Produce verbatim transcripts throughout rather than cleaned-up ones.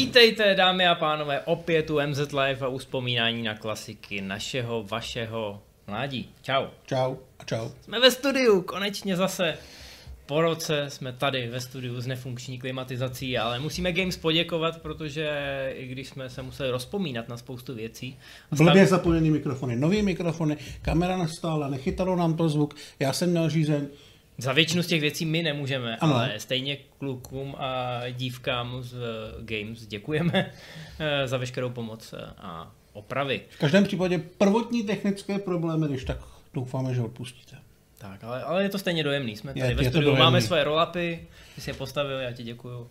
Vítejte, dámy a pánové, opět u M Z Live a u vzpomínání na klasiky našeho, vašeho mládí. Čau. Čau a čau. Jsme ve studiu, konečně zase. Po roce jsme tady ve studiu s nefunkční klimatizací, ale musíme Games poděkovat, protože i když jsme se museli rozpomínat na spoustu věcí. Blbě zapojený mikrofony, nový mikrofony, kamera nastála, nechytalo nám to zvuk, já jsem měl žízeň. Za většinu z těch věcí my nemůžeme, ano. Ale stejně klukům a dívkám z Games děkujeme za veškerou pomoc a opravy. V každém případě prvotní technické problémy, když tak doufáme, že odpustíte. Tak, ale, ale je to stejně dojemný. Jsme tady je, ve je studiu, máme svoje roll-upy, ty jsi je postavil, já ti děkuju.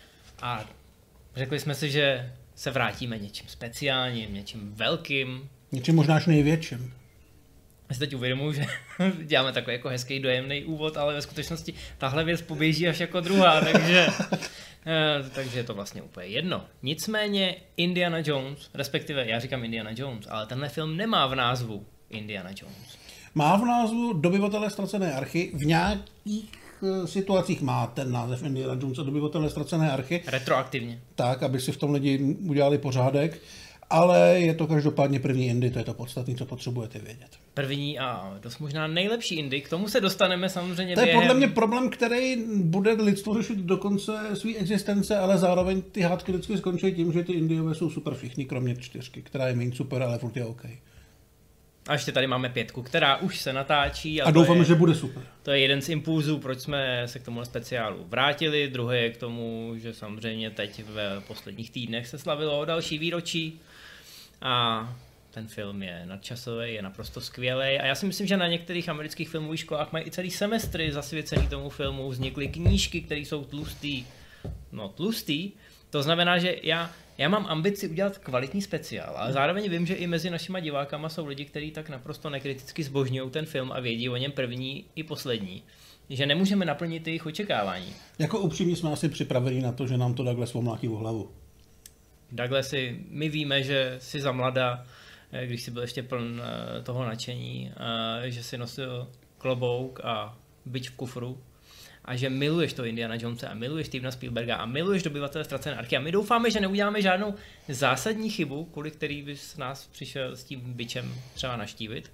A řekli jsme si, že se vrátíme něčím speciálním, něčím velkým. Něčím možná až největším. Já si teď uvědomuji, že děláme takový jako hezký dojemný úvod, ale ve skutečnosti tahle věc poběží až jako druhá, takže, takže je to vlastně úplně jedno. Nicméně Indiana Jones, respektive já říkám Indiana Jones, ale tenhle film nemá v názvu Indiana Jones. Má v názvu Dobyvatelé ztracené archy, v nějakých situacích má ten název Indiana Jones a Dobyvatelé ztracené archy. Retroaktivně. Tak, aby si v tom lidi udělali pořádek. Ale je to každopádně první indie, to je to podstatné, co potřebujete vědět. První a dost možná nejlepší indie, k tomu se dostaneme samozřejmě To je během... podle mě problém, který bude lidstvo řešit do konce své existence, ale zároveň ty hádky vždycky skončí tím, že ty indiové jsou super všichni, kromě čtyřky, která je méně super, ale furt je OK. A ještě tady máme pětku, která už se natáčí. A, a doufám, je, že bude super. To je jeden z impulzů, proč jsme se k tomu speciálu vrátili. Druhý je k tomu, že samozřejmě teď v posledních týdnech se slavilo další výročí. A ten film je nadčasový, je naprosto skvělý. A já si myslím, že na některých amerických filmových školách mají i celý semestry zasvěcený tomu filmu. Vznikly knížky, které jsou tlustý. No tlustý. To znamená, že já, já mám ambici udělat kvalitní speciál, ale zároveň vím, že i mezi našima divákama jsou lidi, kteří tak naprosto nekriticky zbožňují ten film a vědí o něm první i poslední. Že nemůžeme naplnit jejich očekávání. Jako upřímně jsme asi připraveni na to, že nám to Douglas omlátí o hlavu. Douglasi, my víme, že si za mlada, když jsi byl ještě pln toho nadšení, že si nosil klobouk a bič v kufru a že miluješ to Indiana Jonese a miluješ Stevena Spielberga a miluješ Dobyvatele ztracené archy a my doufáme, že neuděláme žádnou zásadní chybu, kvůli který bys nás přišel s tím bičem třeba naštívit.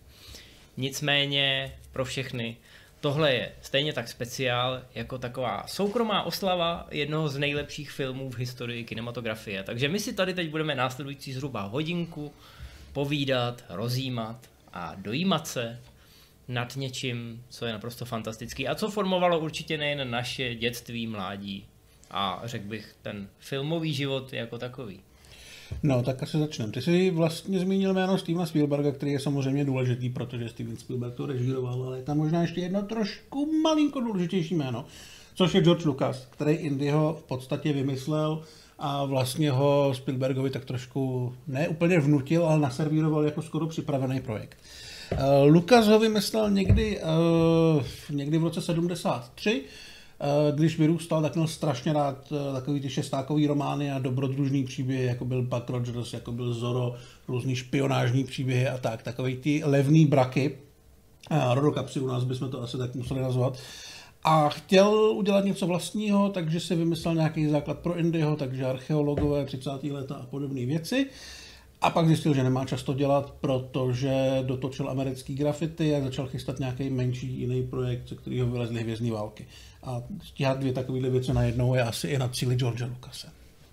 Nicméně pro všechny tohle je stejně tak speciál jako taková soukromá oslava jednoho z nejlepších filmů v historii kinematografie. Takže my si tady teď budeme následující zhruba hodinku povídat, rozjímat a dojímat se nad něčím, co je naprosto fantastický a co formovalo určitě nejen naše dětství, mládí a řekl bych ten filmový život jako takový. No, tak asi začneme. Ty jsi vlastně zmínil jméno Stevena Spielberga, který je samozřejmě důležitý, protože Steven Spielberg to režíroval, ale je tam možná ještě jedno trošku malinko důležitější jméno, což je George Lucas, který Indyho v podstatě vymyslel a vlastně ho Spielbergovi tak trošku ne úplně vnutil, ale naservíroval jako skoro připravený projekt. Uh, Lucas ho vymyslel někdy, uh, někdy v roce sedmdesát tři, když vyrůstal, tak měl strašně rád takový ty šestákový romány a dobrodružný příběhy, jako byl Buck Rogers, jako byl Zorro, různý špionážní příběhy a tak, takový ty levný braky, rodokapsy u nás bychom to asi tak museli nazvat. A chtěl udělat něco vlastního, takže si vymyslel nějaký základ pro Indyho, takže archeologové, třicátá léta a podobné věci. A pak zjistil, že nemá čas to dělat, protože dotočil americký graffiti a začal chystat nějaký menší jiný projekt, ze kterého vylezly hvězdné války. A stíhat dvě takovéhle věci najednou je asi i na cíli George Lucase.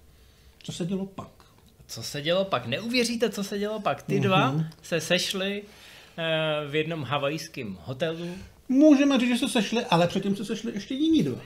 Co se dělo pak? Co se dělo pak? Neuvěříte, co se dělo pak. Ty dva uh-huh. se sešli uh, v jednom havajském hotelu. Můžeme říct, že se sešli, ale předtím se sešli ještě jiní dva.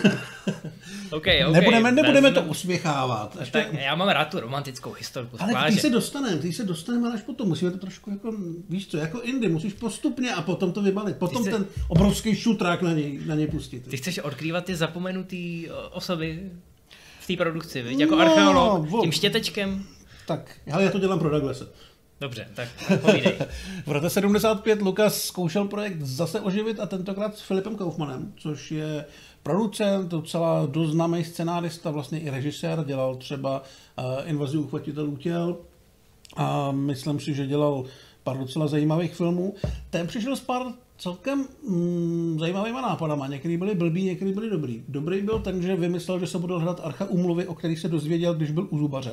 Okay, okay, nebudeme nebudeme to uspěchávat. Ještě... Tak já mám rád tu romantickou historku. Ale ty se dostaneme, ty se dostaneme až potom. Musíme to trošku jako, víš co, jako Indy, musíš postupně a potom to vybalit. Potom chce... ten obrovský šutrák na něj, na něj pustit. Ty chceš odkrývat ty zapomenutý osoby v té produkci, viď? Jako no, archeolog, vo... tím štětečkem. Tak, ale já to dělám pro Douglase. Dobře, tak povídej. V roce sedmdesát pět Lucas zkoušel projekt zase oživit a tentokrát s Philipem Kaufmanem, což je producent, docela dost známý scenárista, vlastně i režisér, dělal třeba uh, Invazi uchvatitelů těl a myslím si, že dělal pár docela zajímavých filmů. Ten přišel s pár celkem mm, zajímavýma nápadama. Některý byli blbý, některý byli dobrý. Dobrý byl ten, že vymyslel, že se bude hrát Archa úmluvy, o kterých se dozvěděl, když byl u zubaře.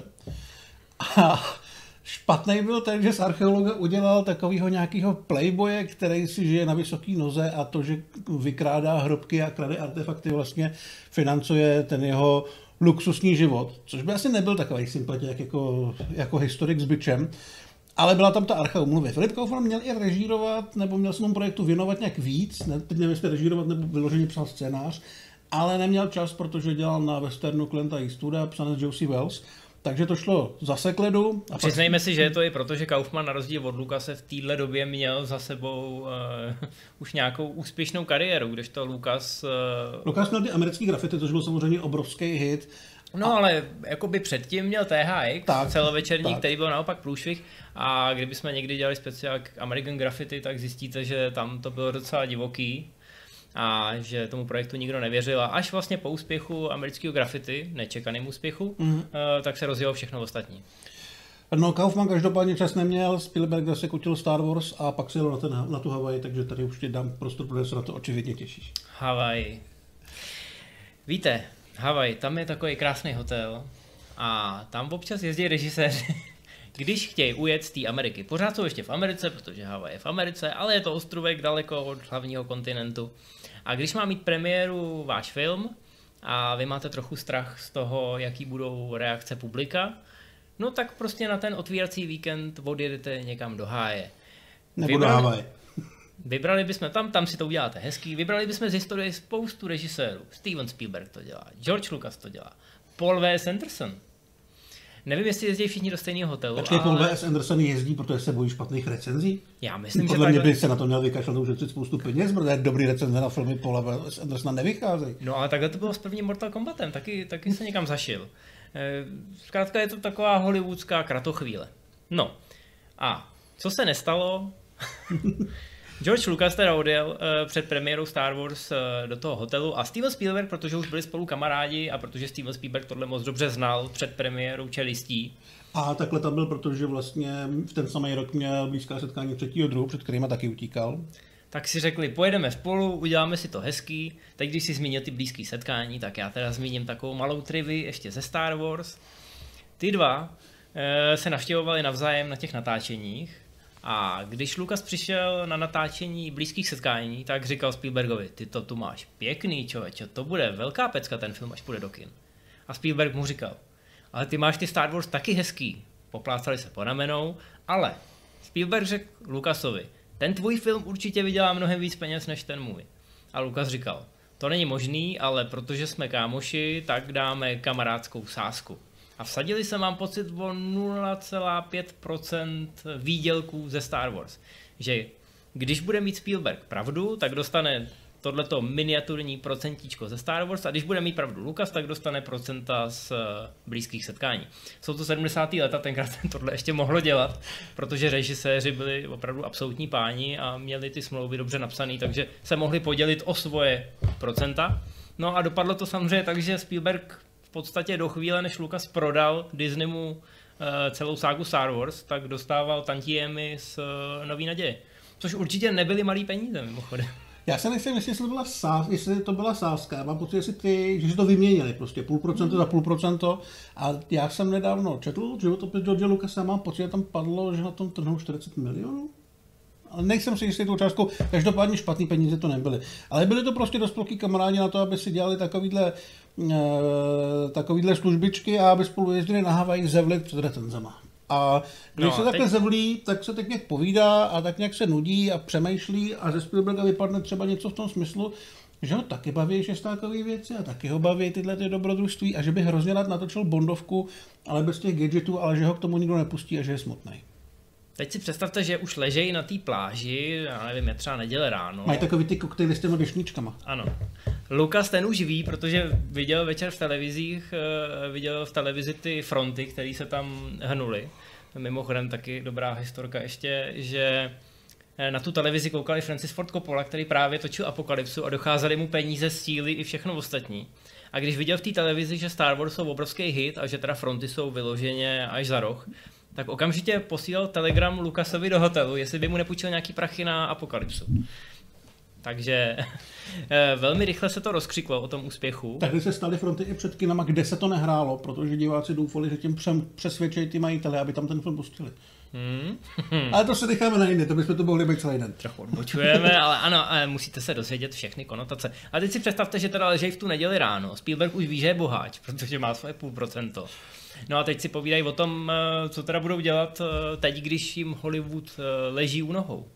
A špatný byl ten, že z archeologa udělal takového nějakého playboye, který si žije na vysoký noze a to, že vykrádá hrobky a krade artefakty, vlastně financuje ten jeho luxusní život. Což by asi nebyl takový sympatiák jako, jako historik s bičem. Ale byla tam ta Archa úmluvy. Filip Kaufman měl i režírovat, nebo měl se tomu projektu věnovat nějak víc, ne, teď nevím, jestli režírovat nebo vyloženě psal scénář, ale neměl čas, protože dělal na westernu Clint'a Eastwooda, psané Josie Wells, takže to šlo zase k ledu. A Přiznejme pak... si, že je to i proto, že Kaufman na rozdíl od Lucase v téhle době měl za sebou uh, už nějakou úspěšnou kariéru, kdežto Lucas... Uh... Lucas měl ty americký grafity, což byl samozřejmě obrovský hit. No a... ale jakoby předtím měl T H X, tak, celovečerní, tak. Který byl naopak průšvih a kdybychom někdy dělali speciál k American Graffiti, tak zjistíte, že tam to bylo docela divoký a že tomu projektu nikdo nevěřil a až vlastně po úspěchu amerického graffiti, nečekaným úspěchu, mm. uh, tak se rozjelo všechno ostatní. No Kaufman každopádně čas neměl, Spielberg se kutil Star Wars a pak se jel na, ten, na tu Havaj, takže tady už ti dám prostor, protože se na to očividně těšíš. Havaj. Víte, Havaj, tam je takový krásný hotel a tam občas jezdí režiséři, když chtějí ujet z té Ameriky. Pořád jsou ještě v Americe, protože Havaj je v Americe, ale je to ostrovek daleko od hlavního kontinentu. A když má mít premiéru váš film a vy máte trochu strach z toho, jaký budou reakce publika, no tak prostě na ten otvírací víkend odjedete někam do háje. Nebo Vybrali... do Havaj. Vybrali bychom tam, tam si to uděláte hezký, vybrali bychom z historie spoustu režisérů. Steven Spielberg to dělá, George Lucas to dělá, Paul W S Anderson. Nevím, jestli jezdí všichni do stejného hotelu. Počkej, ale... Paul W S Anderson jezdí, protože se bojí špatných recenzí? Já myslím, Podle že mě takhle... by se na to měl vykašlat, ušetřit spoustu peněz, protože dobrý recenze na filmy Paula W S Andersona nevycházejí. No ale takhle to bylo s prvním Mortal Kombatem, taky, taky se někam zašil. Zkrátka je to taková hollywoodská kratochvíle. No a co se nestalo? George Lucas teda odjel uh, před premiérou Star Wars uh, do toho hotelu a Steven Spielberg, protože už byli spolu kamarádi a protože Steven Spielberg tohle moc dobře znal před premiérou Čelistí. A takhle tam byl, protože vlastně v ten samý rok měl blízká setkání třetího druhu, před kterýma taky utíkal. Tak si řekli, pojedeme spolu, uděláme si to hezký. Teď, když si zmínil ty blízký setkání, tak já teda zmíním takovou malou trivii ještě ze Star Wars. Ty dva uh, se navštěvovali navzájem na těch natáčeních. A když Lucas přišel na natáčení blízkých setkání, tak říkal Spielbergovi, ty to tu máš pěkný, člověče, to bude velká pecka ten film, až půjde do kin. A Spielberg mu říkal, ale ty máš ty Star Wars taky hezký. Poplácali se po ramenou, ale Spielberg řekl Lucasovi, ten tvůj film určitě vydělá mnohem víc peněz než ten můj. A Lucas říkal, to není možný, ale protože jsme kámoši, tak dáme kamarádskou sázku. A vsadili se, mám pocit, o nula celá pět procent výdělků ze Star Wars. Že když bude mít Spielberg pravdu, tak dostane tohleto miniaturní procentíčko ze Star Wars a když bude mít pravdu Lucas, tak dostane procenta z blízkých setkání. Jsou to sedmdesátá léta, tenkrát tohle ještě mohlo dělat, protože režiséři byli opravdu absolutní páni a měli ty smlouvy dobře napsané, takže se mohli podělit o svoje procenta. No a dopadlo to samozřejmě tak, že Spielberg v podstatě do chvíle, než Lucas prodal Disneymu uh, celou ságu Star Wars, tak dostával tantiemy z uh, Nový naděje. Což určitě nebyly malý peníze, mimochodem. Já se nechci myslet, jestli to byla sáz, jestli to byla sázka. Já mám pocit, jestli ty, že si to vyměnili, prostě půl procento za půl procento. A já jsem nedávno četl životopis George Lucasa, mám pocit, že tam padlo, že na tom trhnou čtyřicet milionů. Ale nejsem si jistý tou částkou, každopádně špatný peníze to nebyly. Ale byly to prostě dost velký kamarádi na to, aby si dělali takovýhle, e, takovýhle službičky a aby spolu jezdili na Havaj zevlit před recenzema. A když no, se takhle teď... zevlí, tak se tak nějak povídá a tak nějak se nudí a přemýšlí a ze Spielberga vypadne třeba něco v tom smyslu, že ho taky baví šestákové věci a taky ho baví tyhle ty dobrodružství a že by hrozně rád natočil Bondovku, ale bez těch gadgetů, ale že ho k tomu nikdo nepustí a že je smutný. Teď si představte, že už ležejí na té pláži, já nevím, je třeba neděle ráno. Mají takový ty koktejly s těma deštníčkama. Ano. Lucas ten už ví, protože viděl večer v televizích, viděl v televizi ty fronty, které se tam hnuly. Mimochodem taky dobrá historka ještě, že na tu televizi koukali Francis Ford Coppola, který právě točil Apokalypsu a docházely mu peníze, síly i všechno ostatní. A když viděl v té televizi, že Star Wars jsou obrovský hit a že teda fronty jsou vyloženě až za roh, tak okamžitě posílal telegram Lucasovi do hotelu, jestli by mu nepůjčil nějaký prachy na Apokalypsu. Takže velmi rychle se to rozkřiklo o tom úspěchu. Tehdy se staly fronty i před kinama, kde se to nehrálo, protože diváci doufali, že tím přesvědčí ty majitele, aby tam ten film pustili. Hmm. Ale to se necháme na jiné, to bychom to mohli být celý den. Trochu odbočujeme, ale ano, ale musíte se dozvědět všechny konotace. A teď si představte, že teda ležej v tu neděli ráno. Spielberg už ví, že je boháč, protože má svoje půl procento. No a teď si povídají o tom, co teda budou dělat teď, když jim Hollywood leží u nohou.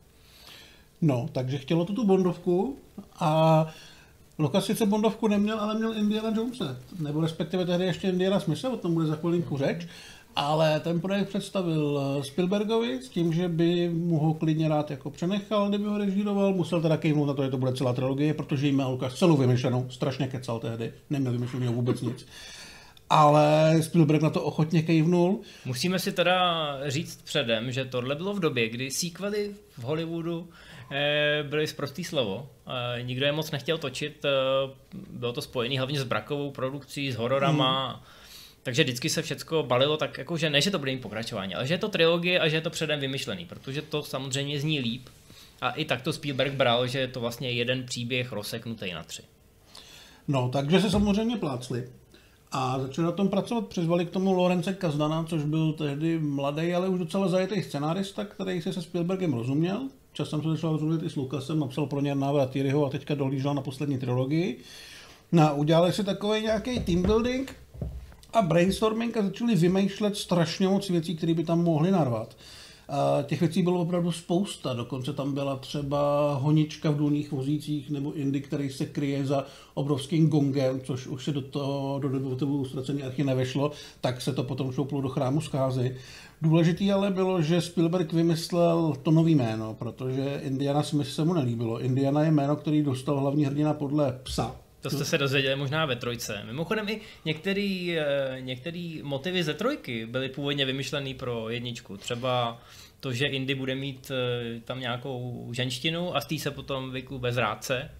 No, takže chtělo to tu Bondovku a Lucas sice Bondovku neměl, ale měl Indiana Jonese, nebo respektive tehdy ještě Indiana Smithe, o tom bude za chvilinku řeč, ale ten projekt představil Spielbergovi s tím, že by mu ho klidně rád jako přenechal, kdyby ho režíroval, musel teda kejvnout na to, že to bude celá trilogie, protože jim měl Lucas celou vymyšlenou, strašně kecal tehdy, neměl vymyšlený vůbec nic. Ale Spielberg na to ochotně kejvnul. Musíme si teda říct předem, že tohle bylo v době, kdy sequely v Hollywoodu eh, byly sprostý slovo. Eh, nikdo je moc nechtěl točit, eh, bylo to spojené hlavně s brakovou produkcí, s hororama. Hmm. Takže vždycky se všecko balilo tak, jako, že ne, že to bude mít pokračování, ale že je to trilogie a že je to předem vymyšlený, protože to samozřejmě zní líp. A i tak to Spielberg bral, že je to vlastně jeden příběh rozseknutý na tři. No, takže se samozřejmě plácli. A začali na tom pracovat, přizvali k tomu Lorence Kasdana, což byl tehdy mladý, ale už docela zajetý scenárista, který se se Spielbergem rozuměl. Časem se začal rozumět i s Lucasem, napsal pro ně návrat Thierryho a teďka dohlížel na poslední trilogii. No, udělali si takový nějaký team building a brainstorming a začali vymýšlet strašně moc věcí, které by tam mohly narvat. A těch věcí bylo opravdu spousta, dokonce tam byla třeba honička v důlních vozících nebo Indy, který se kryje za obrovským gongem, což už se do toho do debutovou ztracený archy nevešlo, tak se to potom šouplo do chrámu zkázy. Důležitý ale bylo, že Spielberg vymyslel to nový jméno, protože Indiana Smith se mu nelíbilo. Indiana je jméno, který dostal hlavní hrdina podle psa. To jste se dozvěděli možná ve trojce. Mimochodem i některý, některý motivy ze trojky byly původně vymyšlený pro jedničku. Třeba to, že Indy bude mít tam nějakou ženštinu a z té se potom vyklube zrádce.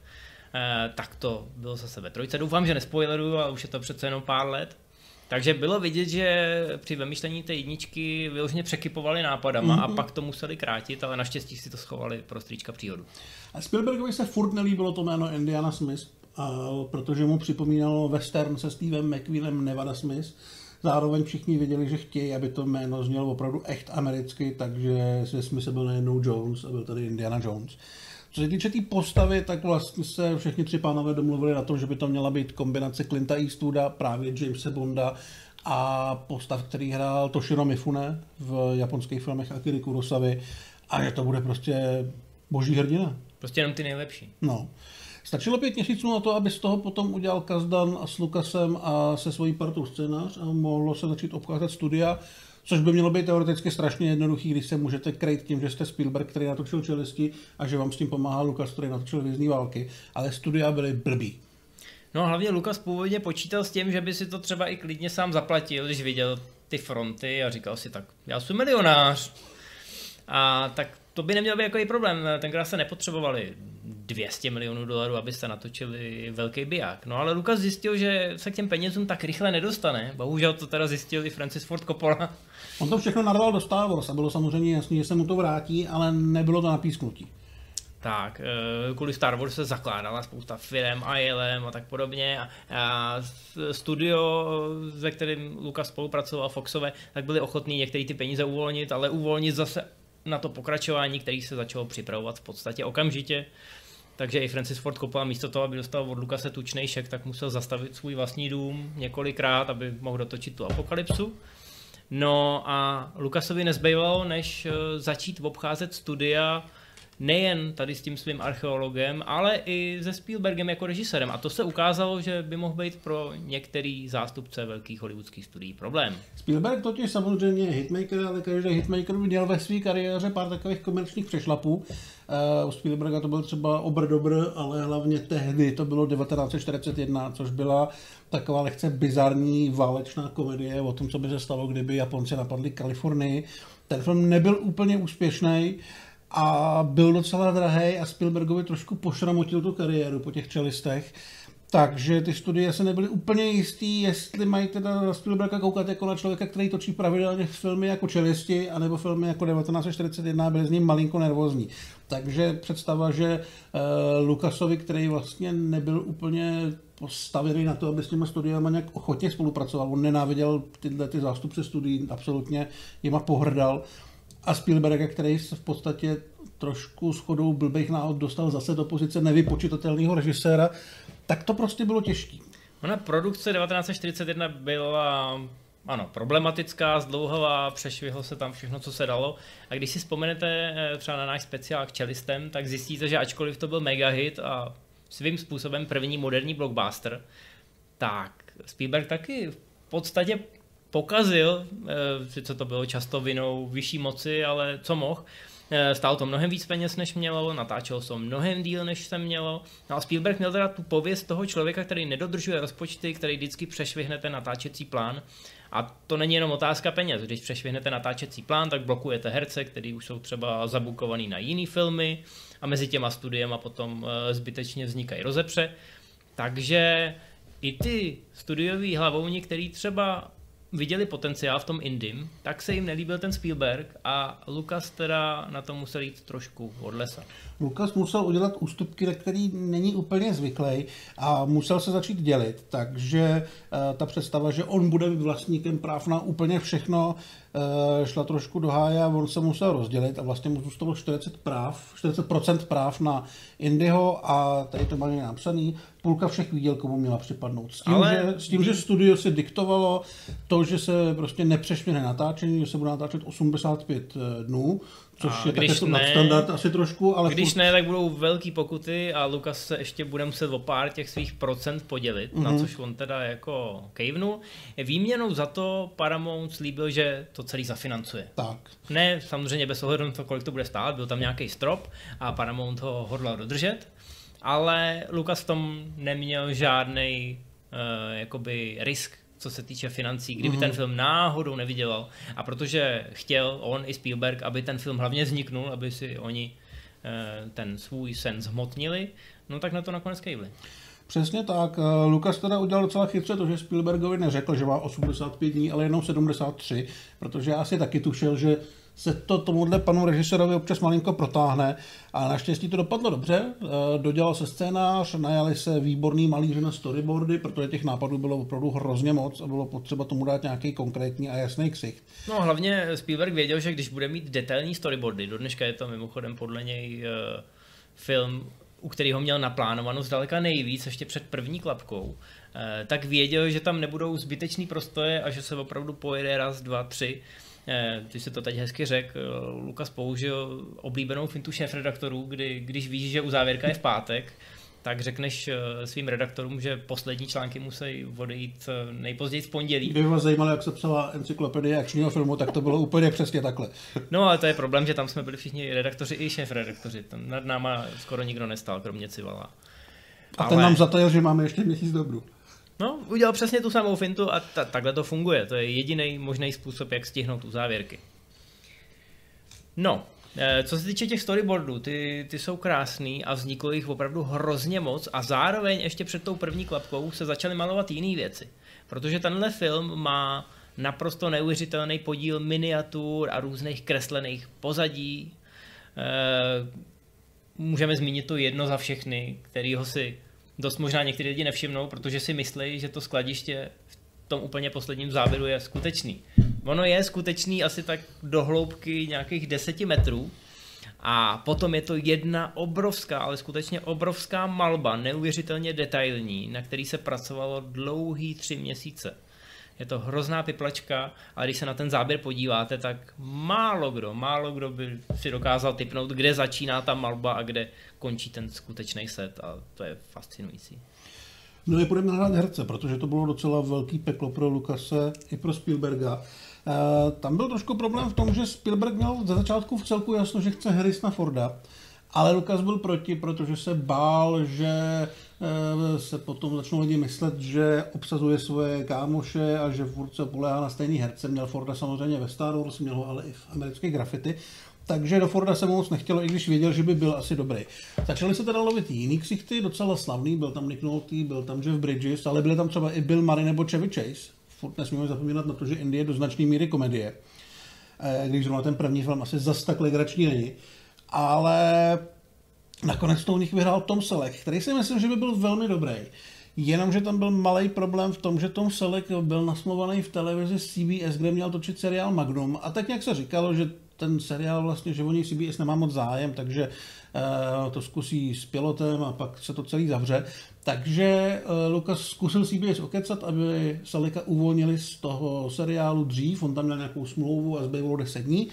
Tak to bylo zase ve trojce. Doufám, že nespoileruju, ale už je to přece jenom pár let. Takže bylo vidět, že při vymýšlení té jedničky vyloženě překypovali nápadama mm-hmm. a pak to museli krátit, ale naštěstí si to schovali pro strýčka příhodu. A Spielbergovi se furt nelíbilo to jméno Indiana Smith, a protože mu připomínalo western se Stevem McQueenem Nevada Smith. Zároveň všichni věděli, že chtějí, aby to jméno znělo opravdu echt americky, takže se Smith byl najednou Jones a byl tady Indiana Jones. Co se týče té tý postavy, tak vlastně se všichni tři pánové domluvili na tom, že by to měla být kombinace Clinta Eastwooda, právě Jamese Bonda a postav, který hrál Toshiro Mifune v japonských filmech Akira Kurosavy a že to bude prostě boží hrdina. Prostě jenom ty nejlepší. No. Stačilo pět měsíců na to, aby z toho potom udělal Kasdan a s Lucasem a se svojí partou scénář a mohlo se začít obcházet studia, což by mělo být teoreticky strašně jednoduchý, když se můžete krejt tím, že jste Spielberg, který natočil Čelisti a že vám s tím pomáhá Lucas, který natočil Hvězdné války, ale studia byly blbý. No hlavně Lucas původně počítal s tím, že by si to třeba i klidně sám zaplatil, když viděl ty fronty a říkal si tak, já jsem milionář. A tak to by neměl být jako problém, tenkrát se nepotřebovali dvě stě milionů dolarů, abyste natočili velký biják. No ale Lucas zjistil, že se k těm penězům tak rychle nedostane. Bohužel to teda zjistil i Francis Ford Coppola. On to všechno narval do Star Wars a bylo samozřejmě jasný, že se mu to vrátí, ale nebylo to na písknutí. Tak, kvůli Star Wars se zakládala spousta firem, I L M a tak podobně a, a studio, se kterým Lucas spolupracoval, Foxové, tak byli ochotní některé ty peníze uvolnit, ale uvolnit zase na to pokračování, který se začalo připravovat v podstatě okamžitě. Takže i Francis Ford Coppola místo toho, aby dostal od Lucase tučnej šek, tak musel zastavit svůj vlastní dům několikrát, aby mohl dotočit tu apokalypsu. No a Lucasovi nezbývalo, než začít obcházet studia nejen tady s tím svým archeologem, ale i se Spielbergem jako režisérem. A to se ukázalo, že by mohl být pro některý zástupce velkých hollywoodských studií problém. Spielberg totiž samozřejmě je hitmaker, ale každý hitmaker měl ve své kariéře pár takových komerčních přešlapů. Uh, u Spielberga to byl třeba Obr Dobr, ale hlavně tehdy to bylo devatenáct set čtyřicet jedna, což byla taková lehce bizarní válečná komedie o tom, co by se stalo, kdyby Japonci napadli Kalifornii. Ten film nebyl úplně úspěšný a byl docela drahej a Spielbergovi trošku pošramotil tu kariéru po těch Čelistech. Takže ty studie se nebyly úplně jistý, jestli mají teda Spielberga koukat jako na člověka, který točí pravidelně filmy jako Čelisti, anebo filmy jako devatenáct set čtyřicet jedna, byli z ním malinko nervózní. Takže představa, že uh, Lucasovi, který vlastně nebyl úplně postavený na to, aby s těma studiama nějak ochotně spolupracoval, on nenáviděl tyhle ty zástupce studií, absolutně jima pohrdal. A Spielberga, který se v podstatě trošku shodou blbých náhod dostal zase do pozice nevypočitatelného režiséra, tak to prostě bylo těžké. Ona produkce devatenáct set čtyřicet jedna byla ano, problematická, zdlouhavá, přešvihlo se tam všechno, co se dalo. A když si vzpomenete třeba na náš speciál k Čelistem, tak zjistíte, že ačkoliv to byl mega hit a svým způsobem první moderní blockbuster, tak Spielberg taky v podstatě pokazil, sice to bylo často vinou vyšší moci, ale co mohl. Stálo to mnohem víc peněz, než mělo, natáčelo se mnohem díl, než se mělo. No a Spielberg měl teda tu pověst toho člověka, který nedodržuje rozpočty, který vždycky přešvihne ten natáčecí plán. A to není jenom otázka peněz. Když přešvihnete natáčecí plán, tak blokujete herce, kteří už jsou třeba zabukovaný na jiný filmy a mezi těma studiema potom zbytečně vznikají rozepře. Takže i ty studiový hlavouni, který třeba viděli potenciál v tom indym, tak se jim nelíbil ten Spielberg a Lucas teda na to musel jít trošku od lesa. Lucas musel udělat ústupky, na který není úplně zvyklý a musel se začít dělit, takže uh, ta představa, že on bude vlastníkem práv na úplně všechno, uh, šla trošku do háje a on se musel rozdělit a vlastně mu zůstalo čtyřicet práv, čtyřicet procent práv na Indyho a tady to má napsaný, půlka všech výdělků mu měla připadnout. S tím, Ale... že, s tím, že studio si diktovalo to, že se prostě nepřešvihne natáčení, že se bude natáčet osmdesát pět dnů, což a je také nadstandard asi trošku, ale... Když furt... ne, tak budou velký pokuty a Lucas se ještě bude muset o pár těch svých procent podělit, mm-hmm. na což on teda jako kejvnul. Výměnou za to Paramount slíbil, že to celý zafinancuje. Tak. Ne, samozřejmě bez ohledu na to, kolik to bude stát, byl tam nějaký strop a Paramount ho hodlal dodržet, ale Lucas v tom neměl žádnej uh, jakoby risk, co se týče financí, kdyby mm-hmm. ten film náhodou nevydělal. A protože chtěl on i Spielberg, aby ten film hlavně vzniknul, aby si oni uh, ten svůj sen zhmotnili, no tak na to nakonec kejvli. Přesně tak. Lucas teda udělal docela chytře to, že Spielbergovi neřekl, že má osmdesát pět dní, ale jenom sedmdesát tři, protože asi taky tušil, že se to tomuhle panu režisérovi občas malinko protáhne a naštěstí to dopadlo dobře. Dodělal se scénář, najali se výborný malíři na storyboardy, protože těch nápadů bylo opravdu hrozně moc a bylo potřeba tomu dát nějaký konkrétní a jasný ksicht. No hlavně Spielberg věděl, že když bude mít detailní storyboardy, do dneška je to mimochodem podle něj uh, film, u kterého měl naplánovanou zdaleka nejvíc, ještě před první klapkou, eh, tak věděl, že tam nebudou zbytečný prostoje a že se opravdu pojede raz, dva, tři. Eh, ty si to teď hezky řekl, Lucas použil oblíbenou fintu šéfredaktorů, kdy když víš, že uzávěrka je v pátek, tak řekneš svým redaktorům, že poslední články musí odejít nejpozději v pondělí. Kdyby vás zajímalo, jak se psala encyklopedie akčního filmu, tak to bylo úplně přesně takhle. No ale to je problém, že tam jsme byli všichni redaktoři i šéfredaktoři. Tam nad náma skoro nikdo nestal, kromě Civala. A ale... ten nám zatajil, že máme ještě měsíc dobru. No, udělal přesně tu samou fintu a ta, takhle to funguje. To je jediný možný způsob, jak stihnout uzávěrky. No, co se týče těch storyboardů, ty, ty jsou krásný a vzniklo jich opravdu hrozně moc a zároveň ještě před tou první klapkou se začaly malovat jiné věci. Protože tenhle film má naprosto neuvěřitelný podíl miniatur a různých kreslených pozadí. Můžeme zmínit to jedno za všechny, kterýho si dost možná někteří lidi nevšimnou, protože si myslí, že to skladiště v tom úplně posledním záběru je skutečný. Ono je skutečný asi tak do hloubky nějakých deseti metrů a potom je to jedna obrovská, ale skutečně obrovská malba, neuvěřitelně detailní, na který se pracovalo dlouhý tři měsíce. Je to hrozná piplačka, ale když se na ten záběr podíváte, tak málo kdo, málo kdo by si dokázal tipnout, kde začíná ta malba a kde končí ten skutečný set a to je fascinující. No je půjdeme nahrát herce, protože to bylo docela velký peklo pro Lucase i pro Spielberga. E, tam byl trošku problém v tom, že Spielberg měl ze začátku v celku jasno, že chce Harrisona Forda, ale Lucas byl proti, protože se bál, že e, se potom začnou lidi myslet, že obsazuje svoje kámoše a že furt se poléhá na stejný herce. Měl Forda samozřejmě ve Star Wars, měl ho ale i v americké Graffiti. takže do Forda se moc nechtělo, i když věděl, že by byl asi dobrý. Začali se teda lovit jiný ksichty, docela slavný, byl tam Nick Nolte, byl tam Jeff Bridges, ale byli tam třeba i Bill Murray nebo Chevy Chase. Furt nesmíme zapomínat na to, že Indie je do značné míry komedie. Když zrovna ten první film asi zas tak legrační není. Ale nakonec to u nich vyhrál Tom Selleck, který si myslím, že by byl velmi dobrý. Jenomže tam byl malý problém v tom, že Tom Selleck byl nasmluvaný v televizi C B S, kde měl točit seriál Magnum. A tak nějak se říkalo, že ten seriál vlastně, že o něj C B S nemá moc zájem, takže uh, to zkusí s pilotem a pak se to celý zavře. Takže uh, Lucas zkusil C B S okecat, aby Sellecka uvolnili z toho seriálu dřív, on tam měl nějakou smlouvu a zbývalo deset dní.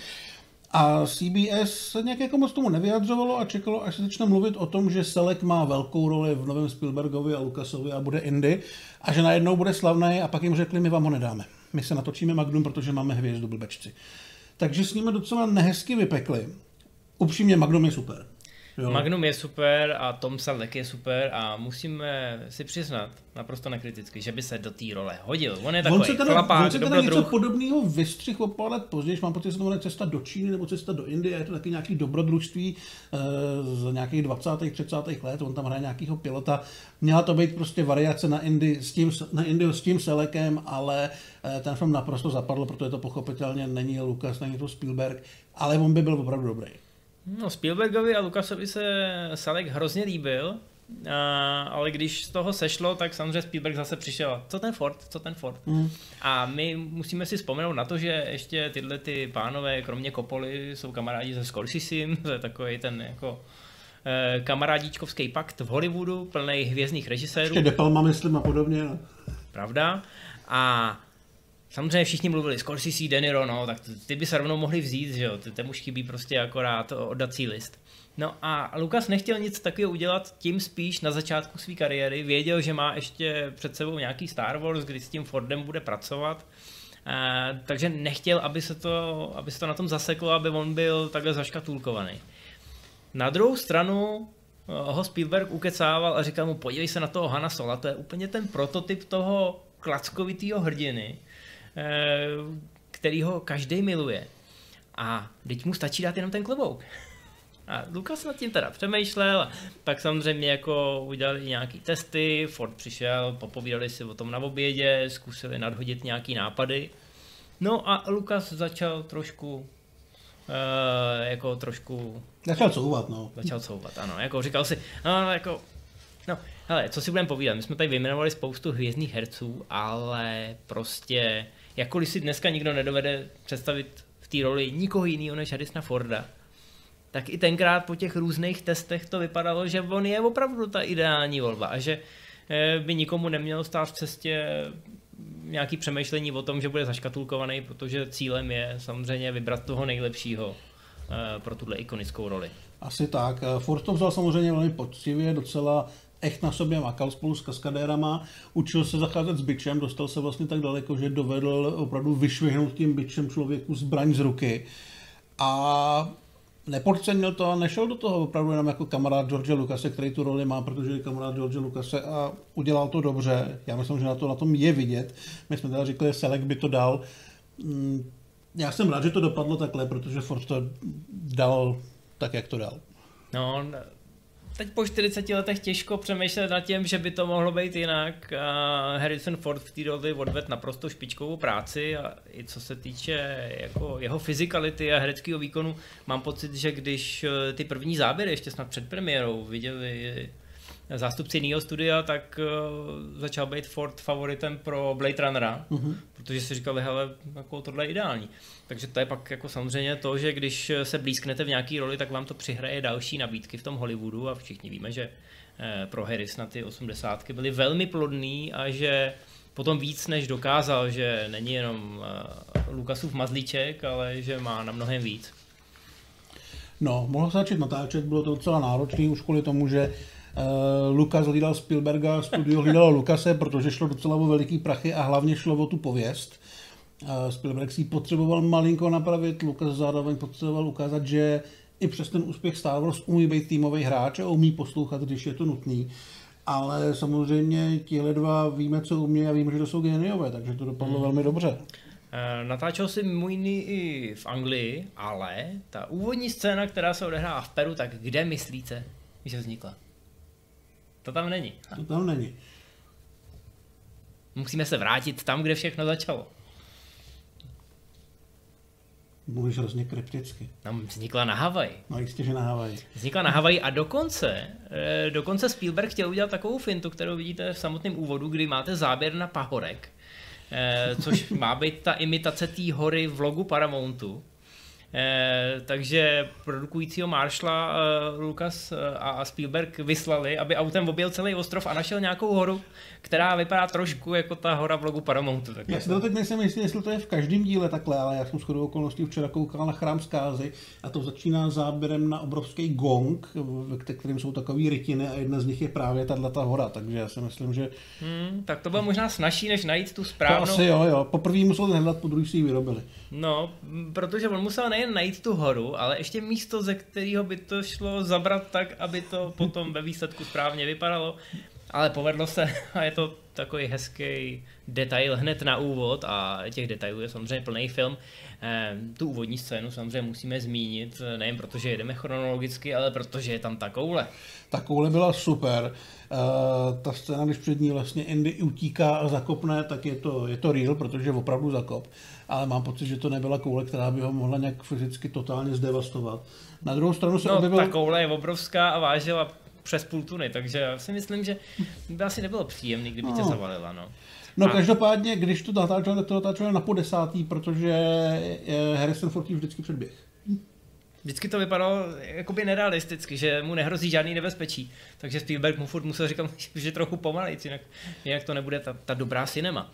A C B S se nějak jako moc tomu nevyjadřovalo a čekalo, až se začne mluvit o tom, že Selleck má velkou roli v novém Spielbergovi a Lucasovi a bude Indy a že najednou bude slavný a pak jim řekli, my vám ho nedáme. My se natočíme Magnum, protože máme hvězdu blbečci. Takže s nimi docela nehezky vypekli. Upřímně Magnum je super. Jo. Magnum je super a Tom Selleck je super a musíme si přiznat naprosto nekriticky, že by se do té role hodil. On je takový on se teda, chlapák, on se teda něco podobného vystřih o pár let později, mám pocit, že se to jmenuje Cesta do Číny nebo Cesta do Indie, je to taky nějaký dobrodružství e, z nějakých dvacátých třicátých let, on tam hraje nějakýho pilota. Měla to být prostě variace na Indii s tím, na Indii s tím Seleckem, ale e, ten film naprosto zapadl, protože to pochopitelně není Lucas, není to Spielberg, ale on by byl opravdu dobrý. No, Spielbergovi a Lucasovi se Selleck hrozně líbil, a, ale když z toho sešlo, tak samozřejmě Spielberg zase přišel, co ten Ford, co ten Ford. Mm. A my musíme si vzpomenout na to, že ještě tyhle ty pánové, kromě Coppoly, jsou kamarádi se Scorsesim, to je takový ten jako eh, kamarádíčkovský pakt v Hollywoodu, plný hvězdných režisérů. Ještě De Palma, myslím, a podobně. No. Pravda. A samozřejmě všichni mluvili Scorsese, De Niro, no, tak ty by se rovnou mohli vzít, že jo, ty, ty už chybí prostě akorát oddací list. No a Lucas nechtěl nic takového udělat, tím spíš na začátku své kariéry, věděl, že má ještě před sebou nějaký Star Wars, kdy s tím Fordem bude pracovat, e, takže nechtěl, aby se, to, aby se to na tom zaseklo, aby on byl takhle zaškatulkovaný. Na druhou stranu ho Spielberg ukecával a říkal mu, podívej se na toho Hana Sola, to je úplně ten prototyp toho klackovitýho hrdiny, kterýho každý miluje. A teď mu stačí dát jenom ten klobouk. A Lucas nad tím teda přemýšlel a pak samozřejmě jako udělali nějaký testy, Ford přišel, popovídali si o tom na obědě, zkusili nadhodit nějaký nápady. No a Lucas začal trošku uh, jako trošku... Začal couvat, no. Začal couvat, ano. Jako říkal si, no jako... No, hele, co si budeme povídat, my jsme tady vyjmenovali spoustu hvězdných herců, ale prostě, jakkoliv si dneska nikdo nedovede představit v té roli nikoho jiného než Harrisona Forda, tak i tenkrát po těch různých testech to vypadalo, že on je opravdu ta ideální volba a že by nikomu nemělo stát v cestě nějaký přemýšlení o tom, že bude zaškatulkovaný, protože cílem je samozřejmě vybrat toho nejlepšího pro tuhle ikonickou roli. Asi tak. Ford to vzal samozřejmě velmi poctivě, docela echt na sobě makal spolu s kaskadérama, učil se zacházet s bičem, dostal se vlastně tak daleko, že dovedl opravdu vyšvihnout tím bičem člověku zbraň z ruky a nepodcenil to a nešel do toho opravdu jenom jako kamarád George Lucase, který tu roli má, protože je kamarád George Lucase a udělal to dobře. Já myslím, že na to na tom je vidět. My jsme teda říkali, Selleck by to dal. Já jsem rád, že to dopadlo takhle, protože Ford to dal tak, jak to dal. No, teď po čtyřiceti letech těžko přemýšlet nad tím, že by to mohlo být jinak. A Harrison Ford v té roli odvedl naprosto špičkovou práci a i co se týče jako jeho fyzikality a hereckého výkonu, mám pocit, že když ty první záběry ještě snad před premiérou viděli zástupci jiného studia, tak uh, začal být Ford favoritem pro Blade Runnera, uh-huh. protože si říkali, hele, jako tohle je ideální. Takže to je pak jako samozřejmě to, že když se blízknete v nějaký roli, tak vám to přihraje další nabídky v tom Hollywoodu a všichni víme, že eh, pro Harrisona ty osmdesátky byly velmi plodný a že potom víc než dokázal, že není jenom eh, Lucasův mazlíček, ale že má na mnohem víc. No, mohl se začít natáčet, bylo to docela náročné už kvůli tomu, že Uh, Lucas hlídal Spielberga, studio hlídalo Lucase, protože šlo docela o veliký prachy a hlavně šlo o tu pověst. Uh, Spielberg si potřeboval malinko napravit, Lucas zároveň potřeboval ukázat, že i přes ten úspěch Star Wars umí být týmový hráč a umí poslouchat, když je to nutný. Ale samozřejmě tihle dva víme, co umí a víme, že to jsou géniové, takže to dopadlo hmm. velmi dobře. Natáčel si mimo jiný i v Anglii, ale ta úvodní scéna, která se odehrává v Peru, tak kde myslíte, že vznikla? To tam není. To tam není. Musíme se vrátit tam, kde všechno začalo. Mluvíš hrozně krypticky. No, vznikla na Havaji. No jistě, že na Havaji. Vznikla na Havaji a dokonce, dokonce Spielberg chtěl udělat takovou fintu, kterou vidíte v samotném úvodu, kdy máte záběr na pahorek, což má být ta imitace té hory v logu Paramountu. Eh, takže produkujícího Marshalla eh, Lucas eh, a Spielberg vyslali, aby autem objel celý ostrov a našel nějakou horu, která vypadá trošku jako ta hora v logu Paramountu. Tak já si to teď nejsem jistý, jestli to je v každém díle takhle, ale já jsem shodou okolností včera koukal na Chrám zkázy a to začíná záběrem na obrovský gong, ve kterým jsou takový rytiny a jedna z nich je právě tato hora, takže já si myslím, že... Hmm, tak to bylo možná snazší, než najít tu správnou... To asi jo, jo. Poprvé musel hledat, po druhý si ji vyrobili. No, protože on musel nejen najít tu horu, ale ještě místo, ze kterého by to šlo zabrat tak, aby to potom ve výsledku správně vypadalo. Ale povedlo se a je to takový hezký detail hned na úvod a těch detailů je samozřejmě plný film. E, tu úvodní scénu samozřejmě musíme zmínit, nejen protože jedeme chronologicky, ale protože je tam ta koule. Ta koule byla super. Uh, ta scéna, když před ní vlastně Andy utíká a zakopne, tak je to, je to real, protože je opravdu zakop. Ale mám pocit, že to nebyla koule, která by ho mohla nějak fyzicky totálně zdevastovat. Na druhou stranu se no, objevil... ta koule je obrovská a vážila přes půl tuny, takže já si myslím, že by asi nebylo příjemný, kdyby no. tě zavalila. No, no a... každopádně, když to natáčel, tak to natáčel na po desátý, protože Harrison Ford vždycky předběh. Vždycky to vypadalo jakoby nerealisticky, že mu nehrozí žádný nebezpečí, takže Spielberg mu furt musel říkat, že trochu pomalejc, jinak, jinak to nebude ta, ta dobrá cinema.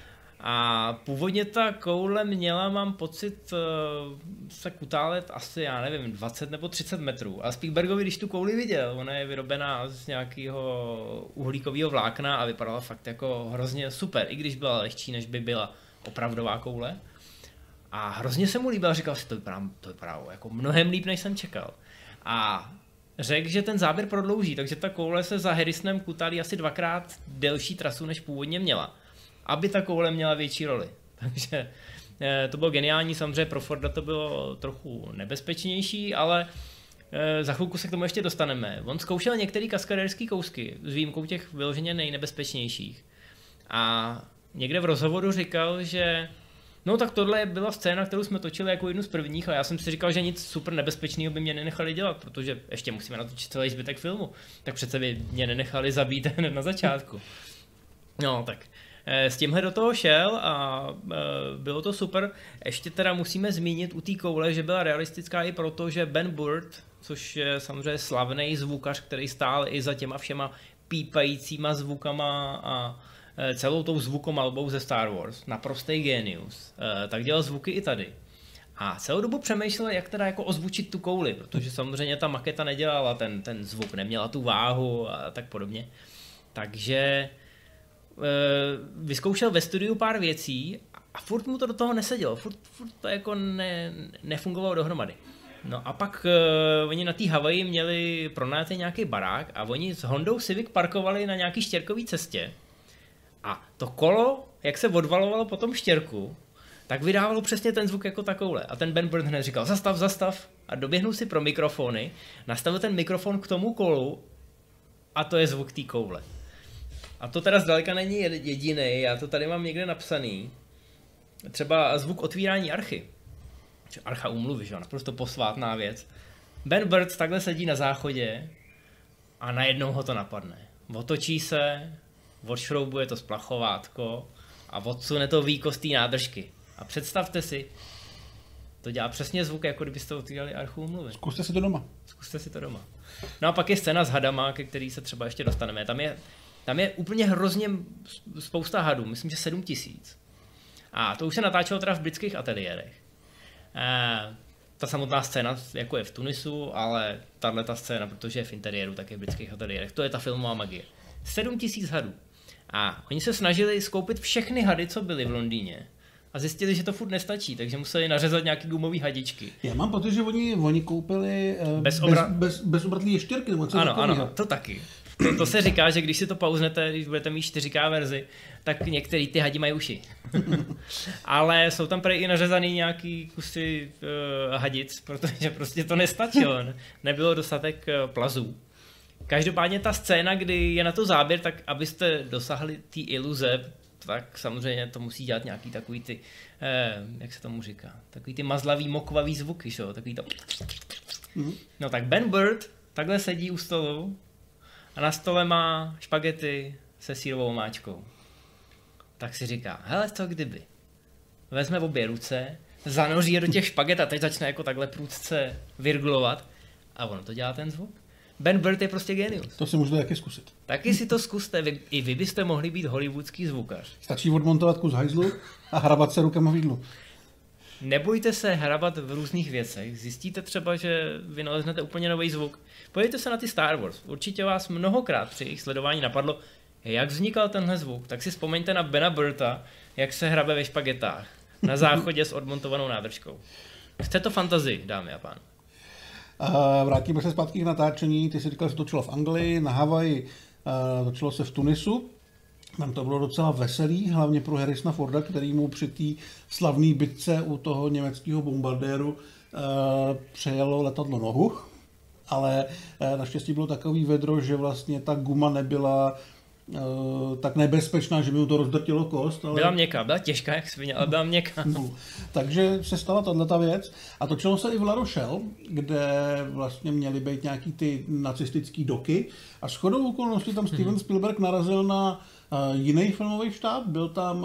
A původně ta koule měla, mám pocit, se kutálet asi, já nevím, dvacet nebo třicet metrů. A Spielbergovi, když tu kouli viděl, ona je vyrobená z nějakého uhlíkového vlákna a vypadala fakt jako hrozně super, i když byla lehčí, než by byla opravdová koule. A hrozně se mu líbila, říkal si, to vypadá, to vypadá jako mnohem líp, než jsem čekal. A řekl, že ten záběr prodlouží, takže ta koule se za Harrisonem kutálí asi dvakrát delší trasu, než původně měla. Aby ta koule měla větší roli. Takže to bylo geniální, samozřejmě pro Forda to bylo trochu nebezpečnější, ale za chvilku se k tomu ještě dostaneme. On zkoušel některé kaskadérské kousky, s výjimkou těch vyloženě nejnebezpečnějších. A někde v rozhovoru říkal, že no tak tohle byla scéna, kterou jsme točili jako jednu z prvních a já jsem si říkal, že nic super nebezpečného by mě nenechali dělat, protože ještě musíme natočit celý zbytek filmu. Tak přece by mě nenechali zabít hned na začátku. No tak s tímhle do toho šel a bylo to super. Ještě teda musíme zmínit u té koule, že byla realistická i proto, že Ben Burtt, což je samozřejmě slavný zvukař, který stál i za těma všema pípajícíma zvukama a celou tou zvukomalbou ze Star Wars, naprostý genius, tak dělal zvuky i tady. A celou dobu přemýšlel, jak teda jako ozvučit tu kouli, protože samozřejmě ta maketa nedělala ten, ten zvuk, neměla tu váhu a tak podobně. Takže vyzkoušel ve studiu pár věcí a furt mu to do toho nesedělo, furt, furt to jako ne, nefungovalo dohromady. No a pak uh, oni na té Havaji měli pronajatý nějaký barák a oni s Hondou Civic parkovali na nějaký štěrkový cestě a to kolo, jak se odvalovalo po tom štěrku, tak vydávalo přesně ten zvuk jako takovouhle. A ten Ben Burtt hned říkal, zastav, zastav a doběhnul si pro mikrofony, nastavil ten mikrofon k tomu kolu a to je zvuk té koule. A to teda zdaleka není jediný, já to tady mám někde napsaný. Třeba zvuk otvírání archy. Archa úmluvy, že jo, naprosto posvátná věc. Ben Burtt takhle sedí na záchodě a najednou ho to napadne. Otočí se, odšroubuje to splachovátko a odsune to výkos té nádržky. A představte si, to dělá přesně zvuk, jako kdybyste otvírali archu úmluvy. Zkuste si to doma. Zkuste si to doma. No a pak je scéna s hadama, ke který se třeba ještě dostaneme. Tam je Tam je úplně hrozně spousta hadů, myslím, že sedm tisíc. A to už se natáčelo teda v britských ateliérech. E, ta samotná scéna jako je v Tunisu, ale tahle ta scéna, protože je v interiéru, tak je v britských ateliérech. To je ta filmová magie. sedm tisíc hadů. A oni se snažili skoupit všechny hady, co byly v Londýně. A zjistili, že to furt nestačí, takže museli nařezat nějaký gumový hadičky. Já mám pocit, že oni, oni koupili uh, bez, obra... bez, bez, bezobratlý ještěrky. Nebo co ano, takovýho. ano, to taky. to, to se říká, že když si to pauznete, když budete mít čtyři ká verzi, tak některý ty hadi mají uši. Ale jsou tam prej i nařezaný nějaký kusy uh, hadic, protože prostě to nestačilo. Ne? Nebylo dostatek uh, plazů. Každopádně ta scéna, kdy je na to záběr, tak abyste dosahli té iluze, tak samozřejmě to musí dělat nějaký takový ty, eh, jak se tomu říká, takový ty mazlavý, mokvavý zvuky, šo? Takový to... Mm. No tak Ben Burtt takhle sedí u stolu a na stole má špagety se sýrovou máčkou. Tak si říká, hele, co kdyby? Vezme obě ruce, zanoří je do těch špaget a teď začne jako takhle prudce virgulovat a ono to dělá ten zvuk. Ben Burtt je prostě genius. To si můžete taky zkusit. Taky si to zkuste, vy, i vy byste mohli být hollywoodský zvukař. Stačí odmontovat kus hajzlu a hrabat se rukama v jídlu. Nebojte se hrabat v různých věcech. Zjistíte třeba, že vy naleznete úplně nový zvuk. Podívejte se na ty Star Wars. Určitě vás mnohokrát při jejich sledování napadlo, jak vznikal tenhle zvuk. Tak si vzpomeňte na Bena Burtta, jak se hrabe ve špagetách. Na záchodě s odmontovanou nádržkou. Chce to fantazii, dámy a pánové. A vrátíme se zpátky k natáčení. Ty jsi říkal, že se točilo v Anglii, na Havaji, točilo se v Tunisu. Tam to bylo docela veselý, hlavně pro Harrisona Forda, který mu při té slavné bitce u toho německého bombardéru uh, přejelo letadlo nohu. Ale uh, naštěstí bylo takový vedro, že vlastně ta guma nebyla uh, tak nebezpečná, že by mu to rozdrtilo kost. Ale... Byla měkká, byla těžká jak svině, ale byla měkká. No, takže se stala tato věc a točilo se i v La Rochelle, kde vlastně měly být nějaký ty nacistický doky a shodou okolností tam Steven Spielberg narazil na uh, jiný filmový štáb, byl tam,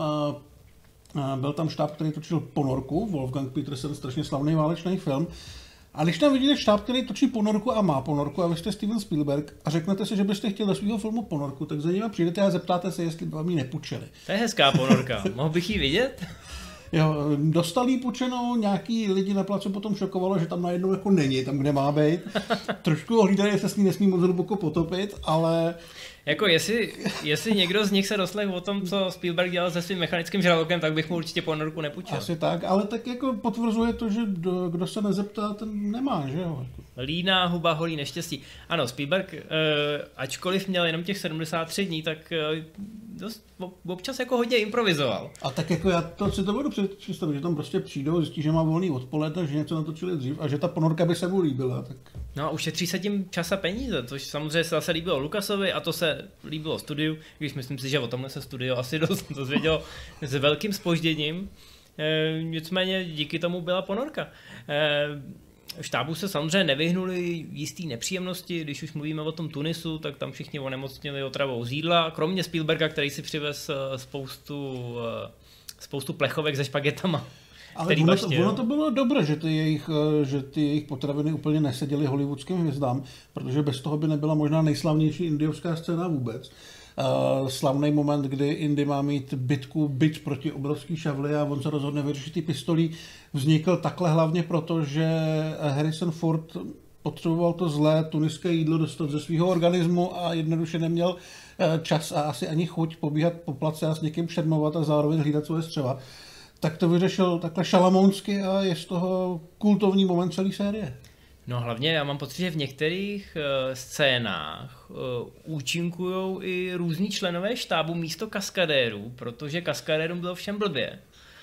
uh, uh, byl tam štáb, který točil Ponorku, Wolfgang Petersen, strašně slavný válečný film. A když tam vidíte štáb, který točí Ponorku a má Ponorku a vy jste Steven Spielberg a řeknete si, že byste chtěli do svého filmu Ponorku, tak za nimi přijdete a zeptáte se, jestli by vám ji nepůjčili. To je hezká Ponorka, mohl bych ji vidět? Jo, dostal jí půjčenou, nějaký lidi na placu potom šokovalo, že tam najednou jako není, tam kde má být. Trošku ohlídali, jestli se s ní nesmí moc hluboko potopit, ale... Jako jestli, jestli někdo z nich se doslech o tom, co Spielberg dělal se svým mechanickým žralokem, tak bych mu určitě Ponorku nepůjčil. Asi tak, ale tak jako potvrzuje to, že kdo, kdo se nezeptá, ten nemá, že jo? Líná huba holí neštěstí. Ano, Spielberg, eh, ačkoliv měl jenom těch sedmdesát tři dní, tak eh, dost, občas jako hodně improvizoval. A tak jako já to si to budu představit, že tam prostě přijdou, zjistí, že má volný odpoledne, že něco natočili dřív a že ta Ponorka by se mu líbila. Tak... No a ušetří se tím čas a peníze, což samozřejmě se zase líbilo Lucasovi a to se líbilo studiu, když myslím si, že o tomhle se studio asi dost dozvědělo s velkým zpožděním. E, nicméně díky tomu byla Ponorka. E, štábu se samozřejmě nevyhnuli jistý nepříjemnosti, když už mluvíme o tom Tunisu, tak tam všichni onemocnili otravou z jídla, kromě Spielberga, který si přivez spoustu, spoustu plechovek se špagetama. Ale ono to, ono to bylo dobré, že ty, jejich, že ty jejich potraviny úplně neseděly hollywoodským hvězdám, protože bez toho by nebyla možná nejslavnější indiovská scéna vůbec. Uh, slavný moment, kdy Indy má mít bitku bič proti obrovský šavli a on se rozhodne vyřešit ty pistolí, vznikl takhle hlavně proto, že Harrison Ford potřeboval to zlé tuniské jídlo dostat ze svého organismu a jednoduše neměl uh, čas a asi ani chuť pobíhat po place a s někým šermovat a zároveň hlídat svoje střeva. Tak to vyřešil takhle šalamounsky a je z toho kultovní moment celé série. No hlavně já mám pocit, že v některých uh, scénách uh, účinkujou i různí členové štábu místo kaskadérů, protože kaskadérům bylo všem blbě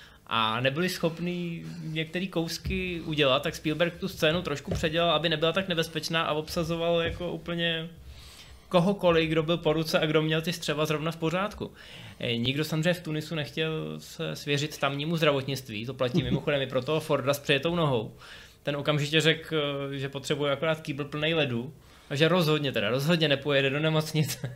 a nebyli schopní některé kousky udělat, tak Spielberg tu scénu trošku předělal, aby nebyla tak nebezpečná a obsazoval jako úplně kohokoliv, kdo byl po ruce a kdo měl ty střeva zrovna v pořádku. Nikdo samozřejmě v Tunisu nechtěl se svěřit tamnímu zdravotnictví, to platí mimochodem i pro toho Forda s přejetou nohou. Ten okamžitě řekl, že potřebuje akorát kýbl plnej ledu a že rozhodně teda, rozhodně nepojede do nemocnice.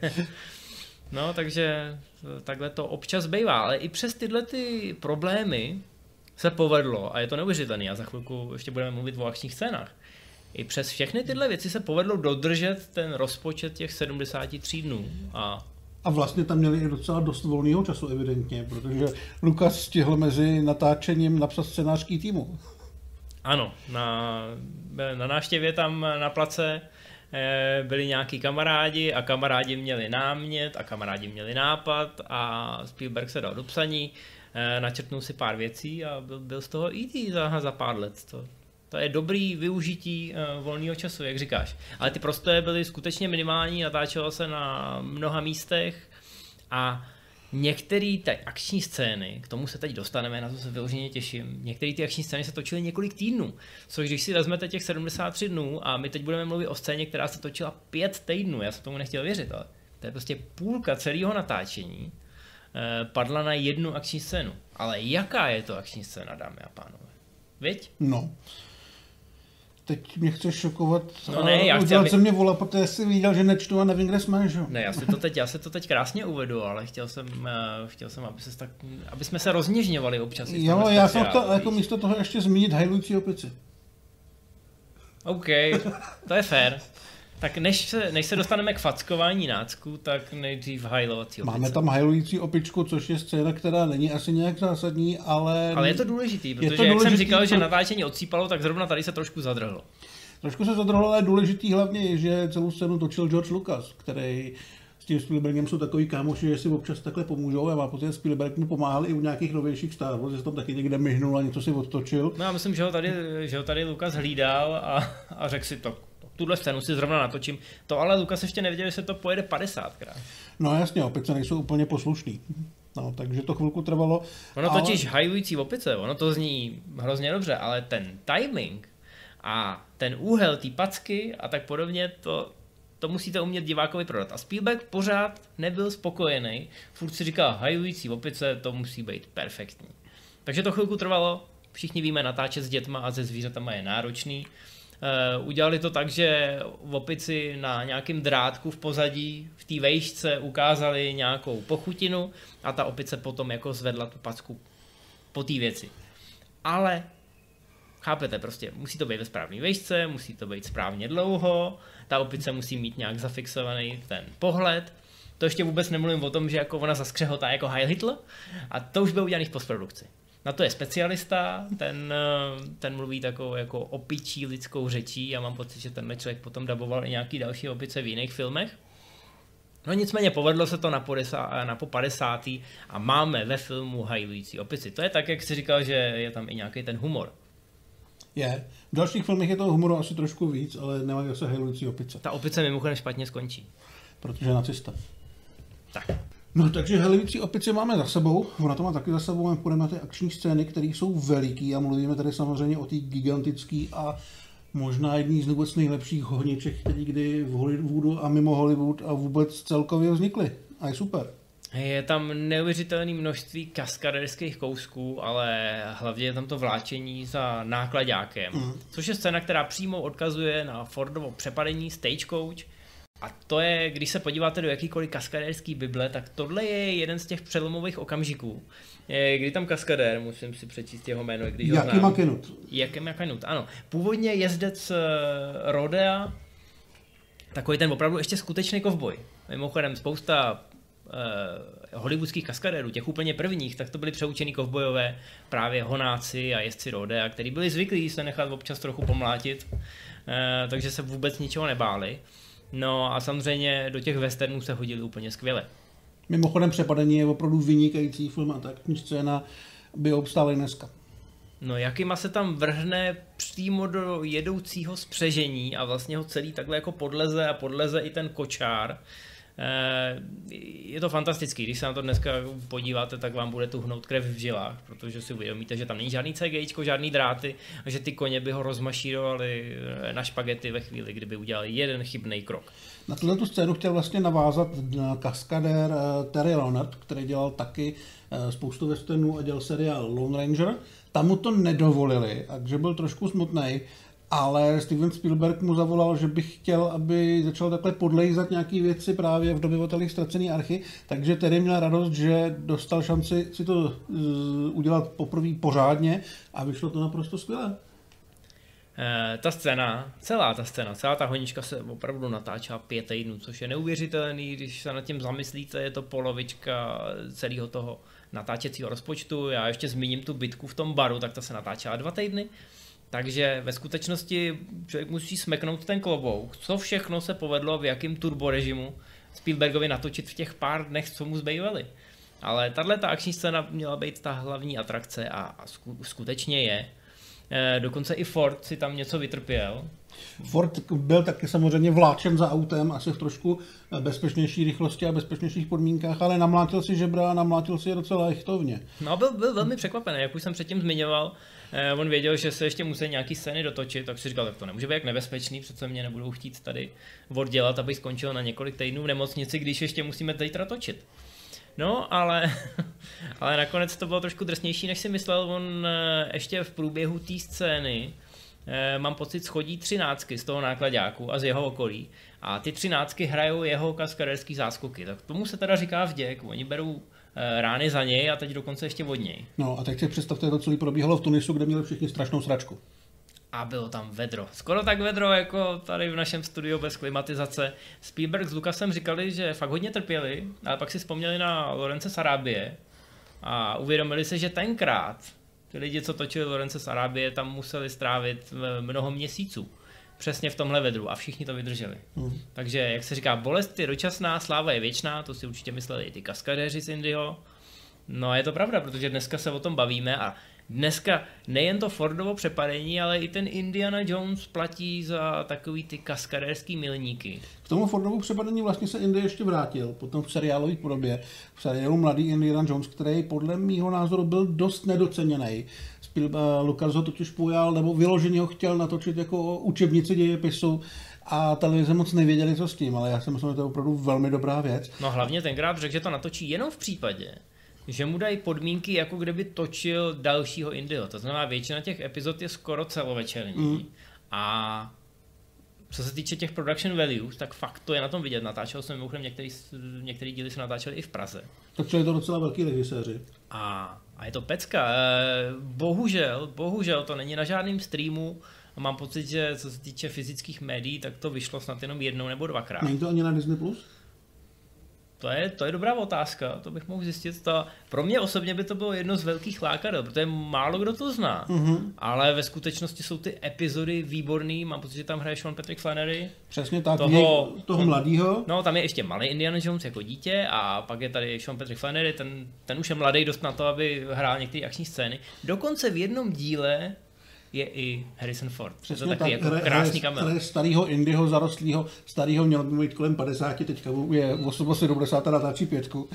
No, takže takhle to občas bývá, ale i přes tyhle ty problémy se povedlo, a je to neuvěřitelné, a za chvilku ještě budeme mluvit o akčních scénách, i přes všechny tyhle věci se povedlo dodržet ten rozpočet těch sedmdesát tři dnů. A A vlastně tam měli i docela dost volného času evidentně, protože Lucas stihl mezi natáčením napsat scénář k týmu. Ano, na, na návštěvě tam na place byli nějaký kamarádi a kamarádi měli námět a kamarádi měli nápad a Spielberg se dal do psaní, načrtnul si pár věcí a byl, byl z toho E T za, za pár let. To To je dobrý využití uh, volného času, jak říkáš. Ale ty prostoje byly skutečně minimální, natáčelo se na mnoha místech a některé ty akční scény, k tomu se teď dostaneme, na to se vyloženě těším, některé ty akční scény se točily několik týdnů, což když si vezmete těch sedmdesát tři dnů a my teď budeme mluvit o scéně, která se točila pět týdnů, já jsem tomu nechtěl věřit, ale to je prostě půlka celého natáčení, eh, padla na jednu akční scénu. Ale jaká je to akční scéna, dámy a pánové? Viď? No. Teď mě chceš šokovat. No ne, já chci, aby... se mě volá, protože jsi viděl, že nečtu a nevím, kde jsme, že? Ne, já si to teď, já si to teď krásně uvedu, ale chtěl jsem, uh, chtěl jsem, aby, se tak, aby jsme se rozněžňovali občas. Jo, já jsem chtěl jako místo toho ještě zmínit hajlující opici. OK, to je fér. Tak než se, než se dostaneme k fackování nácku, tak nejdřív hajlovací opice. Máme tam hajlující opičku, což je scéna, která není asi nějak zásadní, ale... Ale je to důležitý, protože to jak důležitý, jsem říkal, to... že natáčení odsýpalo, tak zrovna tady se trošku zadrhlo. Trošku se zadrhlo, ale důležitý hlavně je, že celou scénu točil George Lucas, který s tím Spielbergem jsou takový kámoši, že si občas takhle pomůžou a má pocit, že Spielberg mu pomáhal i u nějakých novějších Star Wars, že se tam taky někde myhnul a něco si odtočil. No já myslím, že ho tady, že ho tady Lucas hlídal a, a řekl si to. Tuhle scénu si zrovna natočím. To ale Lucas ještě nevěděl, že se to pojede padesátkrát. No jasně, opice nejsou úplně poslušný. No, takže to chvilku trvalo. Ono ale... totiž hajlující opice, ono to zní hrozně dobře, ale ten timing a ten úhel té packy a tak podobně, to, to musíte umět divákovi prodat. A Spielberg pořád nebyl spokojený. Furt si říkal, hajlující opice, to musí být perfektní. Takže to chvilku trvalo. Všichni víme, natáčet s dětma a se zvířatama je náročný. Uh, udělali to tak, že v opici na nějakém drátku v pozadí v té vejšce ukázali nějakou pochutinu a ta opice potom jako zvedla tu packu po té věci. Ale chápete, prostě musí to být ve správné vejšce, musí to být správně dlouho, ta opice musí mít nějak zafixovaný ten pohled. To ještě vůbec nemluvím o tom, že jako ona zaskřehotá jako Heil Hitler a to už bylo udělané v postprodukci. Na to je specialista, ten, ten mluví takovou jako opičí lidskou řečí. Já mám pocit, že tenhle člověk potom daboval i nějaký další opice v jiných filmech. No nicméně povedlo se to na, podesá, na po padesátý a máme ve filmu hajlující opici. To je tak, jak jsi říkal, že je tam i nějaký ten humor. Je. V dalších filmech je toho humoru asi trošku víc, ale nemá zase hajlující opice. Ta opice mimochodem špatně skončí. Protože je nacista. Tak. No takže hajlující opici máme za sebou, ona to má taky za sebou, půjdeme na ty akční scény, které jsou veliký a mluvíme tady samozřejmě o té gigantický a možná jedný z vůbec nejlepších honiček, který kdy v Hollywoodu a mimo Hollywood a vůbec celkově vznikly. A je super. Je tam neuvěřitelné množství kaskadérských kousků, ale hlavně je tam to vláčení za nákladákem, mm. což je scéna, která přímo odkazuje na Fordovo přepadení Stagecoach. A to je, když se podíváte do jakýkoliv kaskadérský bible, tak tohle je jeden z těch přelomových okamžiků, kdy tam kaskadér, musím si přečíst jeho jméno, když ho znám. Jaký Makenut. Jaký Makenut, ano. Původně jezdec rodea, takový ten opravdu ještě skutečný kovboj. Mimochodem spousta uh, hollywoodských kaskadérů, těch úplně prvních, tak to byli přeučený kovbojové, právě honáci a jezdci rodea, kteří byli zvyklí se nechat občas trochu pomlátit, uh, takže se vůbec ničeho nebáli. No a samozřejmě do těch westernů se hodili úplně skvěle. Mimochodem Přepadení je opravdu vynikající film a ta akční scéna by obstála i dneska. No jakýma se tam vrhne přímo do jedoucího spřežení a vlastně ho celý takhle jako podleze a podleze i ten kočár. Je to fantastický, když se na to dneska podíváte, tak vám bude tuhnout krev v žilách, protože si uvědomíte, že tam není žádný CGIčko, žádný dráty a že ty koně by ho rozmašírovali na špagety ve chvíli, kdyby udělali jeden chybný krok. Na tuhle tu scénu chtěl vlastně navázat kaskadér Terry Leonard, který dělal taky spoustu westernů a dělal seriál Lone Ranger. Tam mu to nedovolili, takže byl trošku smutnej. Ale Steven Spielberg mu zavolal, že by chtěl, aby začal takhle podlejzat nějaké věci právě v Dobyvatelích ztracený archy, takže Terry měl radost, že dostal šanci si to uh, udělat poprvé pořádně a vyšlo to naprosto skvěle. E, ta scéna, celá ta scéna, celá ta honička se opravdu natáčela pět týdnů, což je neuvěřitelný, když se nad tím zamyslíte, je to polovička celého toho natáčecího rozpočtu. Já ještě zmíním tu bitku v tom baru, tak ta se natáčela dva týdny. Takže ve skutečnosti člověk musí smeknout ten klobouk, co všechno se povedlo v jakém turborežimu Spielbergovi natočit v těch pár dnech, co mu zbývaly. Ale tahle ta akční scéna měla být ta hlavní atrakce a skutečně je. Dokonce i Ford si tam něco vytrpěl. Ford byl taky samozřejmě vláčen za autem, asi v trošku bezpečnější rychlosti a bezpečnějších podmínkách, ale namlátil si žebra a namlátil si je docela lichtovně. No, byl, byl velmi překvapený, jak už jsem předtím zmiňoval. Eh, on věděl, že se ještě musí nějaký scény dotočit, tak si říkal, tak to nemůže být jak nebezpečný, přece mě nebudou chtít tady oddělat, abych skončil na několik týdnů v nemocnici, když ještě musíme zítra točit. No, ale, ale nakonec to bylo trošku drsnější, než si myslel. On eh, ještě v průběhu té scény mám pocit, schodí třináctky z toho nákladáku a z jeho okolí. A ty třináctky hrajou jeho kaskaderský záskoky. Tak tomu se teda říká vděk. Oni berou rány za něj a teď dokonce ještě od něj. No a teď si představte, to celé probíhalo v Tunisu, kde měli všichni strašnou sračku. A bylo tam vedro. Skoro tak vedro, jako tady v našem studiu bez klimatizace. Spielberg s Lucasem říkali, že fakt hodně trpěli, ale pak si vzpomněli na Lorence z Arábie a uvědomili se, že tenkrát ty lidi, co točili Lorence z Arábie, tam museli strávit mnoho měsíců. Přesně v tomhle vedru a všichni to vydrželi. Mm. Takže, jak se říká, bolest je dočasná, sláva je věčná, to si určitě mysleli i ty kaskadéři z Indyho. No a je to pravda, protože dneska se o tom bavíme a dneska nejen to Fordovo přepadení, ale i ten Indiana Jones platí za takový ty kaskadérský milníky. K tomu Fordovu přepadení vlastně se Indy ještě vrátil, potom v seriálové podobě, v seriálu Mladý Indiana Jones, který podle mýho názoru byl dost nedoceněný. Lucas ho totiž pojal, nebo vyloženě ho chtěl natočit jako učebnici dějepisu a televize moc nevěděli, co s tím, ale já si myslím, že to je opravdu velmi dobrá věc. No hlavně tenkrát řekl, že to natočí jenom v případě, že mu dají podmínky, jako kdyby točil dalšího Indyho. To znamená, většina těch epizod je skoro celovečerní. Mm. A co se týče těch production values, tak fakt to je na tom vidět. Natáčel jsem mimochodem, některý, některý díly se natáčeli i v Praze. Takže je to docela velký režiséři. A, a je to pecka. Bohužel, bohužel to není na žádném streamu. Mám pocit, že co se týče fyzických médií, tak to vyšlo snad jenom jednou nebo dvakrát. Není to ani na Disney plus? To je, to je dobrá otázka, to bych mohl zjistit. To, pro mě osobně by to bylo jedno z velkých lákadel, protože málo kdo to zná, mm-hmm. ale ve skutečnosti jsou ty epizody výborný, mám pocit, že tam hraje Sean Patrick Flannery. Přesně tak, toho, toho mladýho. No, tam je ještě malý Indiana Jones jako dítě a pak je tady Sean Patrick Flannery, ten, ten už je mladý dost na to, aby hrál některé akční scény. Dokonce v jednom díle je i Harrison Ford. Přesně to je takový tak, jako krásný kamel. Starýho Indyho, zarostlýho, starýho měl by mít kolem padesáti, teďka je sedmdesát a natáčí pětku.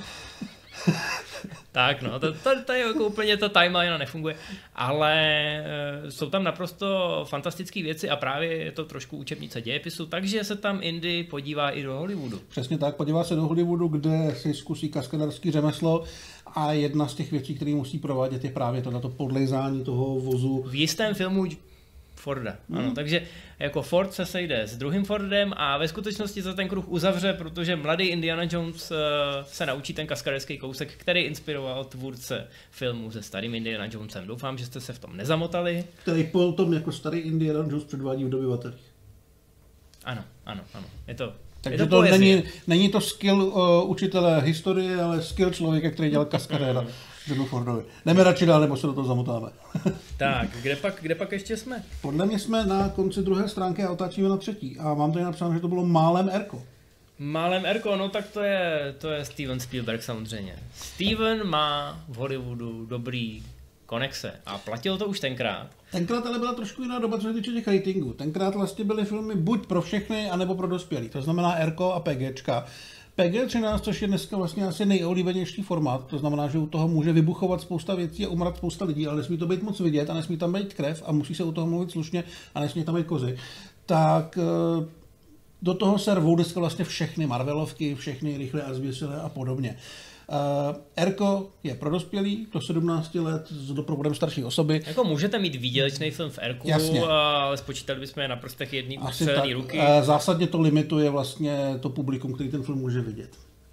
Tak no, to, to, to je jako úplně to timeline nefunguje, ale e, jsou tam naprosto fantastické věci a právě je to trošku učebnice dějepisu, takže se tam Indy podívá i do Hollywoodu. Přesně tak, podívá se do Hollywoodu, kde si zkusí kaskaderský řemeslo a jedna z těch věcí, které musí provádět, je právě to podlejzání toho vozu. V jistém filmu Forda, hmm. ano, takže jako Ford se sejde s druhým Fordem a ve skutečnosti se ten kruh uzavře, protože mladý Indiana Jones uh, se naučí ten kaskaderský kousek, který inspiroval tvůrce filmu se starým Indiana Jonesem. Doufám, že jste se v tom nezamotali. Který potom jako starý Indiana Jones předvádí v dobyvatelích. Ano, ano, ano, je to Takže to, to není, není to skill uh, učitele historie, ale skill člověka, který dělal kaskadéra. Johnu Fordovi. Jdeme radši dál, nebo se do toho zamotáme. Tak, kde pak, kde pak ještě jsme? Podle mě jsme na konci druhé stránky a otáčíme na třetí. A mám tady napsáno, že to bylo málem Erko. Málem Erko, no tak to je, to je Steven Spielberg samozřejmě. Steven má v Hollywoodu dobrý konexe a platil to už tenkrát. Tenkrát ale byla trošku jiná doba, co se týče těch ratingů. Tenkrát vlastně byly filmy buď pro všechny, anebo pro dospělí. To znamená Erko a PGčka. P G třináct, což je dneska vlastně asi nejoblíbenější formát, to znamená, že u toho může vybuchovat spousta věcí a umrat spousta lidí, ale nesmí to být moc vidět a nesmí tam být krev a musí se u toho mluvit slušně a nesmí tam být kozy. Tak do toho se rvou dneska vlastně všechny Marvelovky, všechny rychlé a zběsilé a podobně. Uh, Erko je pro dospělý do sedmnácti let s doprovodem starší osoby. Jako můžete mít výdělečný film v Erku, Jasně. ale spočítali bychom je na prstech jedné ústřelený ruky. Uh, zásadně to limituje vlastně to publikum, který ten film může vidět.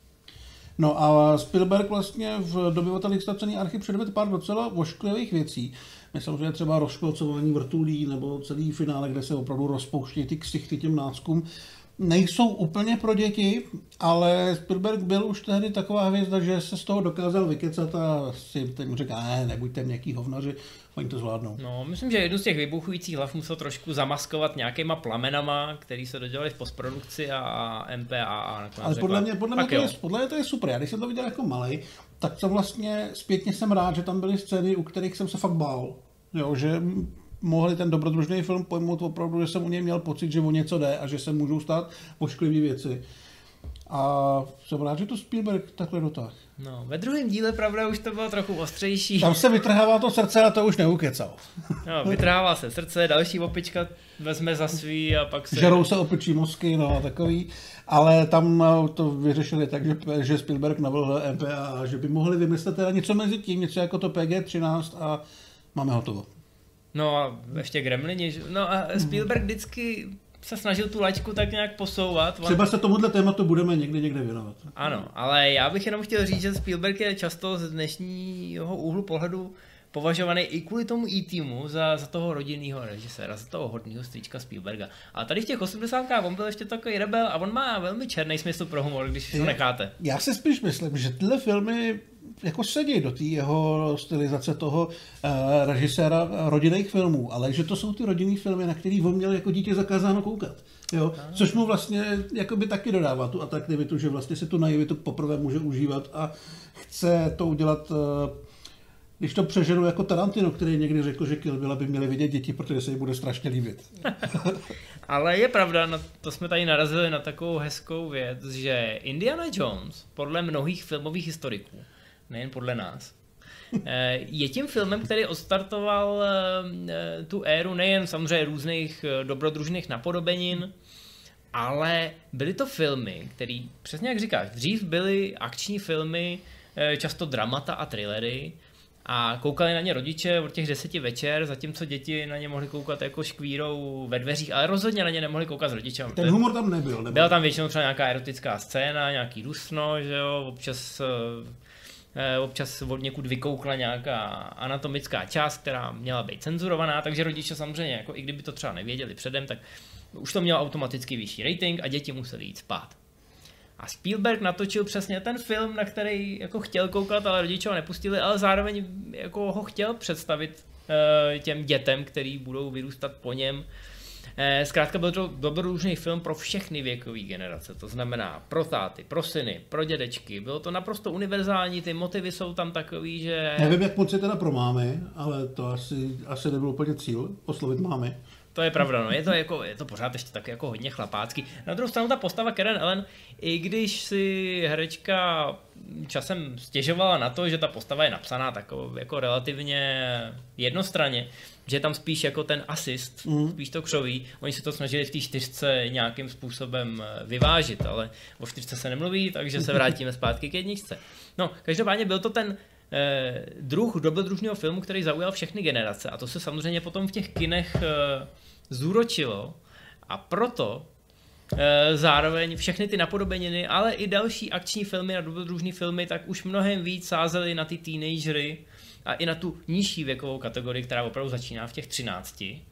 No a Spielberg vlastně v Dobyvatelích ztracený archy předvedl pár docela ošklivých věcí. Myslím, že je třeba rozšpilcování vrtulí nebo celý finále, kde se opravdu rozpouštějí ty ksichty těm náckům. Nejsou úplně pro děti, ale Spielberg byl už tehdy taková hvězda, že se z toho dokázal vykecat a si teď mu říká, ne, nebuďte měkký hovnaři, oni to zvládnou. No, myslím, že jednu z těch vybuchujících hlav musel trošku zamaskovat nějakýma plamenama, který se dodělali v postprodukci a M P A. A ale podle mě, podle, mě to je, podle mě to je super. Já když jsem to viděl jako malej, tak to vlastně zpětně jsem rád, že tam byly scény, u kterých jsem se fakt bál. Jo, že mohli ten dobrodružný film pojmout opravdu, že jsem u něj měl pocit, že o něco jde a že se můžou stát pošklivý věci. A jsem rád, že to Spielberg takhle dotáhl. No, ve druhém díle, pravda, už to bylo trochu ostřejší. Tam se vytrhává to srdce a to už neukecal. No, vytrhává se srdce, další opička vezme za svý a pak se... Žerou se opičí mozky, no a takový. Ale tam to vyřešili tak, že, že Spielberg navrhl M P A, že by mohli vymyslet teda něco mezi tím, něco jako to P G třináct a máme hotovo. No a ještě Gremlini, no a Spielberg vždycky se snažil tu laťku tak nějak posouvat. Třeba se tomuhle tématu budeme někdy někde věnovat. Ano, ale já bych jenom chtěl říct, že Spielberg je často z dnešního úhlu pohledu považovaný i kvůli tomu E.T.mu za, za toho rodinného režiséra, za toho hodného strýčka Spielberga. A tady v těch osmdesátkách on byl ještě takový rebel a on má velmi černý smysl pro humor, když to necháte. Já si spíš myslím, že tyhle filmy jako sedí do té jeho stylizace toho uh, režiséra rodinných filmů, ale že to jsou ty rodinný filmy, na který on měl jako dítě zakázáno koukat. Jo? Což mu vlastně jakoby taky dodává tu atraktivitu, že vlastně si tu naivitu poprvé může užívat a chce to udělat, uh, když to přeženu jako Tarantino, který někdy řekl, že Kill Billa by měli vidět děti, protože se jí bude strašně líbit. Ale je pravda, no to jsme tady narazili na takovou hezkou věc, že Indiana Jones, podle mnohých filmových historiků, nejen podle nás, je tím filmem, který odstartoval tu éru nejen samozřejmě různých dobrodružných napodobenin, ale byly to filmy, které, přesně jak říkáš, dřív byly akční filmy, často dramata a thrillery, a koukali na ně rodiče od těch deseti večer, zatímco děti na ně mohly koukat jako škvírou ve dveřích, ale rozhodně na ně nemohli koukat s rodičem. Ten humor tam nebyl. nebyl. Byla tam většinou třeba nějaká erotická scéna, nějaký dusno, že jo, občas, občas od někud vykoukla nějaká anatomická část, která měla být cenzurovaná, takže rodiče samozřejmě, jako i kdyby to třeba nevěděli předem, tak už to mělo automaticky vyšší rating a děti museli jít spát. A Spielberg natočil přesně ten film, na který jako chtěl koukat, ale rodiče ho nepustili, ale zároveň jako ho chtěl představit e, těm dětem, který budou vyrůstat po něm. E, zkrátka byl to dobrodružný film pro všechny věkové generace, to znamená pro táty, pro syny, pro dědečky. Bylo to naprosto univerzální, ty motivy jsou tam takový, že... Nevím, jak moc je teda pro mámy, ale to asi, asi nebyl úplně cíl, oslovit mámy. To je pravda, no. Je to, jako, je to pořád ještě tak jako hodně chlapácký. Na druhou stranu ta postava Karen Allen, i když si herečka časem stěžovala na to, že ta postava je napsaná takovou jako relativně jednostranně, že je tam spíš jako ten asist, mm. spíš to křoví. Oni se to snažili v té čtyřce nějakým způsobem vyvážit, ale o čtyřce se nemluví, takže se vrátíme zpátky k jedničce. No, každopádně byl to ten eh, druh dobrodružného filmu, který zaujal všechny generace a to se samozřejmě potom v těch kinech eh, zúročilo a proto e, zároveň všechny ty napodobeniny, ale i další akční filmy a dobrodružné filmy tak už mnohem víc sázely na ty teenagery a i na tu nižší věkovou kategorii, která opravdu začíná v těch třinácti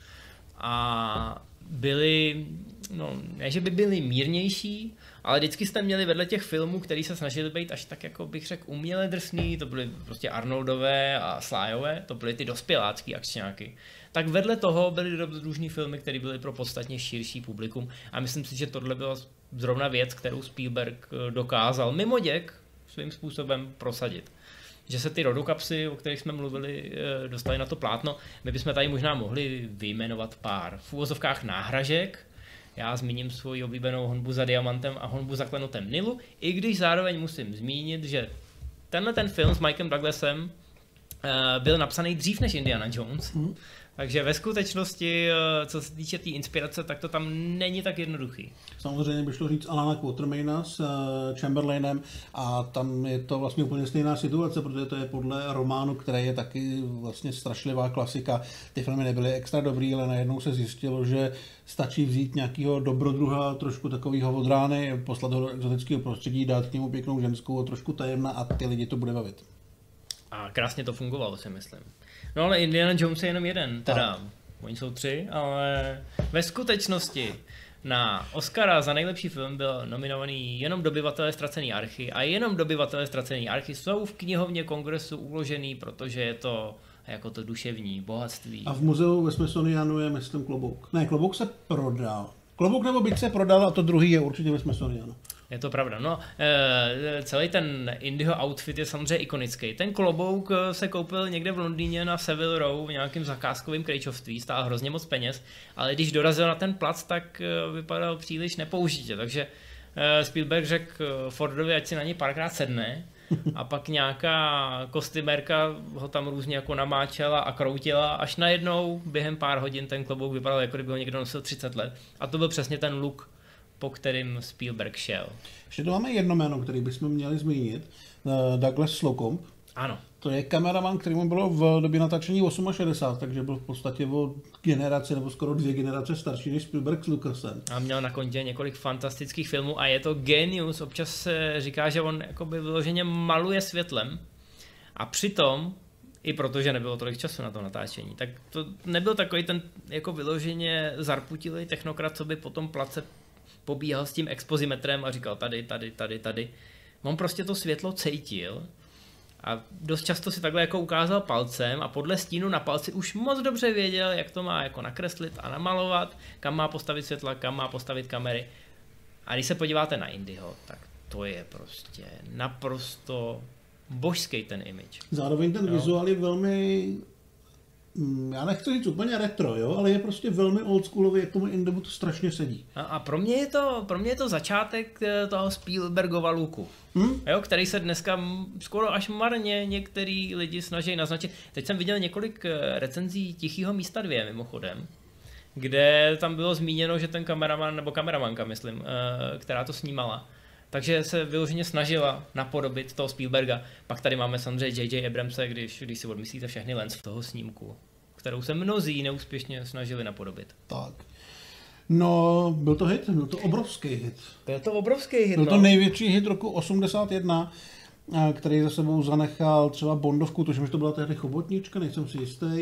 a byly, no ne, že by byly mírnější, ale vždycky jste měli vedle těch filmů, který se snažili být až tak, jako bych řekl, uměle drsný, to byly prostě Arnoldové a Slyové, to byly ty dospělácký akčňáky. Tak vedle toho byly dobrodružný filmy, které byly pro podstatně širší publikum a myslím si, že tohle byla zrovna věc, kterou Spielberg dokázal mimo děk svým způsobem prosadit. Že se ty rodokapsy, o kterých jsme mluvili, dostali na to plátno. My bychom tady možná mohli vyjmenovat pár v úvozovkách náhražek. Já zmíním svoji oblíbenou Honbu za diamantem a Honbu za klenotem Nilu, i když zároveň musím zmínit, že tenhle ten film s Mikem Douglasem byl napsaný dřív než Indiana Jones. Mm. Takže ve skutečnosti, co se týče té tý inspirace, tak to tam není tak jednoduchý. Samozřejmě by šlo říct Alana Quatermaina s Chamberlainem a tam je to vlastně úplně stejná situace, protože to je podle románu, který je taky vlastně strašlivá klasika. Ty filmy nebyly extra dobrý, ale najednou se zjistilo, že stačí vzít nějakého dobrodruha, trošku takovýho od rány, poslat do exotického prostředí, dát k němu pěknou ženskou, trošku tajemná a ty lidi to bude bavit. A krásně to fungovalo, si myslím. No ale Indiana Jones je jenom jeden, teda tak. Oni jsou tři, ale ve skutečnosti na Oscara za nejlepší film byl nominovaný jenom Dobyvatelé ztracené archy a jenom Dobyvatelé ztracené archy jsou v knihovně Kongresu uložený, protože je to jako to duševní bohatství. A v muzeu ve Smithsonianu je, myslím, klobouk. Ne, klobouk se prodal. Klobouk nebo byť se prodal a to druhý je určitě ve Smithsonianu. Je to pravda. No, e, celý ten Indyho outfit je samozřejmě ikonický. Ten klobouk se koupil někde v Londýně na Savile Row v nějakým zakázkovém krejčovství, stál hrozně moc peněz, ale když dorazil na ten plac, tak vypadal příliš nepoužitě. Takže e, Spielberg řekl Fordovi, ať si na něj párkrát sedne, a pak nějaká kostymérka ho tam různě jako namáčela a kroutila, až najednou během pár hodin ten klobouk vypadal, jako kdyby ho někdo nosil třicet let. A to byl přesně ten look, po kterým Spielberg šel. Ještě tu máme jedno jméno, který bychom měli zmínit. Douglas Slocumb. Ano. To je kameraman, který mu bylo v době natáčení šedesát osm, takže byl v podstatě o generaci nebo skoro dvě generace starší než Spielberg s Lucasem. A měl na kontě několik fantastických filmů a je to genius. Občas se říká, že on jakoby vyloženě maluje světlem a přitom, i protože nebylo tolik času na to natáčení, tak to nebyl takový ten jako vyloženě zarputilý technokrat, co by potom place pobíhal s tím expozimetrem a říkal tady, tady, tady, tady. On prostě to světlo cítil a dost často si takhle jako ukázal palcem a podle stínu na palci už moc dobře věděl, jak to má jako nakreslit a namalovat, kam má postavit světla, kam má postavit kamery. A když se podíváte na Indyho, tak to je prostě naprosto božský ten image. Zároveň ten jo? vizuál je velmi, já nechci říct úplně retro, jo, ale je prostě velmi oldschoolový, jak tomu Indymu to strašně sedí. A, a pro mě je to, pro mě je to začátek toho Spielbergova looku, hmm? jo, který se dneska skoro až marně některý lidi snaží naznačit. Teď jsem viděl několik recenzí Tichýho místa dva mimochodem, kde tam bylo zmíněno, že ten kameraman, nebo kameramanka myslím, která to snímala, takže se vyloženě snažila napodobit toho Spielberga. Pak tady máme samozřejmě J J Abramse, když, když si odmyslíte všechny lens v toho snímku, kterou se mnozí neúspěšně snažili napodobit. Tak. No, byl to hit, byl to obrovský hit. Byl to obrovský hit, Byl no. to největší hit roku osmdesát jedna, který za sebou zanechal třeba Bondovku, tuším, že to byla tehdy Chobotnička, nejsem si jistý,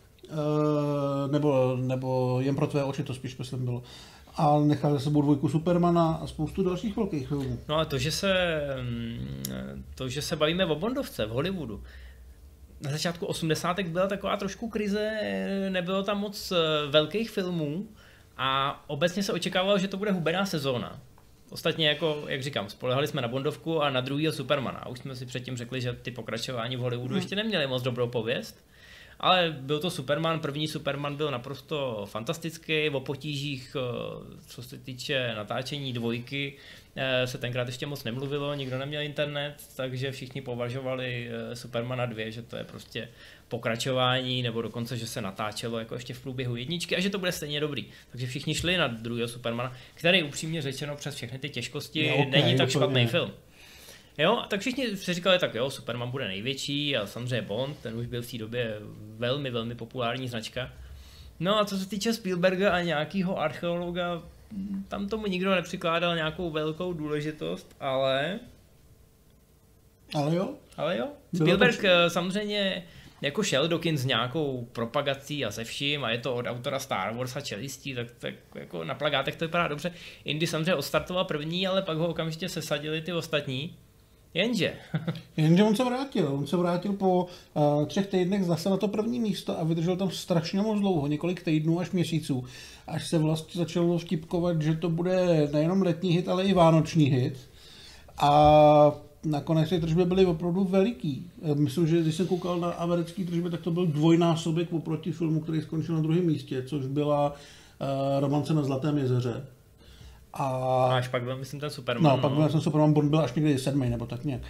nebo, nebo Jen pro tvé oči, to spíš myslím bylo. A nechal za sebou dvojku Supermana a spoustu dalších velkých filmů. No a to, že se, to, že se bavíme o Bondovce v Hollywoodu, na začátku osmdesátek byla taková trošku krize, nebylo tam moc velkých filmů a obecně se očekávalo, že to bude hubená sezóna. Ostatně, jako, jak říkám, spolehali jsme na Bondovku a na druhýho Supermana. A už jsme si předtím řekli, že ty pokračování v Hollywoodu hmm. ještě neměly moc dobrou pověst. Ale byl to Superman, první Superman byl naprosto fantastický, o potížích, co se týče natáčení dvojky, se tenkrát ještě moc nemluvilo, nikdo neměl internet, takže všichni považovali Supermana dva, že to je prostě pokračování, nebo dokonce, že se natáčelo jako ještě v průběhu jedničky a že to bude stejně dobrý. Takže všichni šli na druhého Supermana, který upřímně řečeno přes všechny ty těžkosti no, okay, není tak špatný film. Jo, tak všichni si říkali, tak jo, Superman bude největší a samozřejmě Bond, ten už byl v té době velmi, velmi populární značka. No a co se týče Spielberga a nějakého archeologa, tam tomu nikdo nepřikládal nějakou velkou důležitost, ale... Ale jo? Ale jo. Spielberg to... samozřejmě jako šel do kin s nějakou propagací a se vším a je to od autora Star Wars a čelistí, tak, tak jako na plakátech to vypadá dobře. Indy samozřejmě odstartoval první, ale pak ho okamžitě sesadili ty ostatní. Jenže. Jenže on se vrátil. On se vrátil po uh, třech týdnech zase na to první místo a vydržel tam strašně moc dlouho, několik týdnů až měsíců, až se vlastně začalo vtipkovat, že to bude nejenom letní hit, ale i vánoční hit. A nakonec ty tržby byly opravdu veliký. Myslím, že když jsem koukal na americké tržby, tak to byl dvojnásobek oproti filmu, který skončil na druhém místě, což byla uh, Romance na Zlatém jezeře. A až pak byl, myslím, ten Superman. No, pak byl ten Superman, Bond byl až někdy sedmý, nebo tak nějak.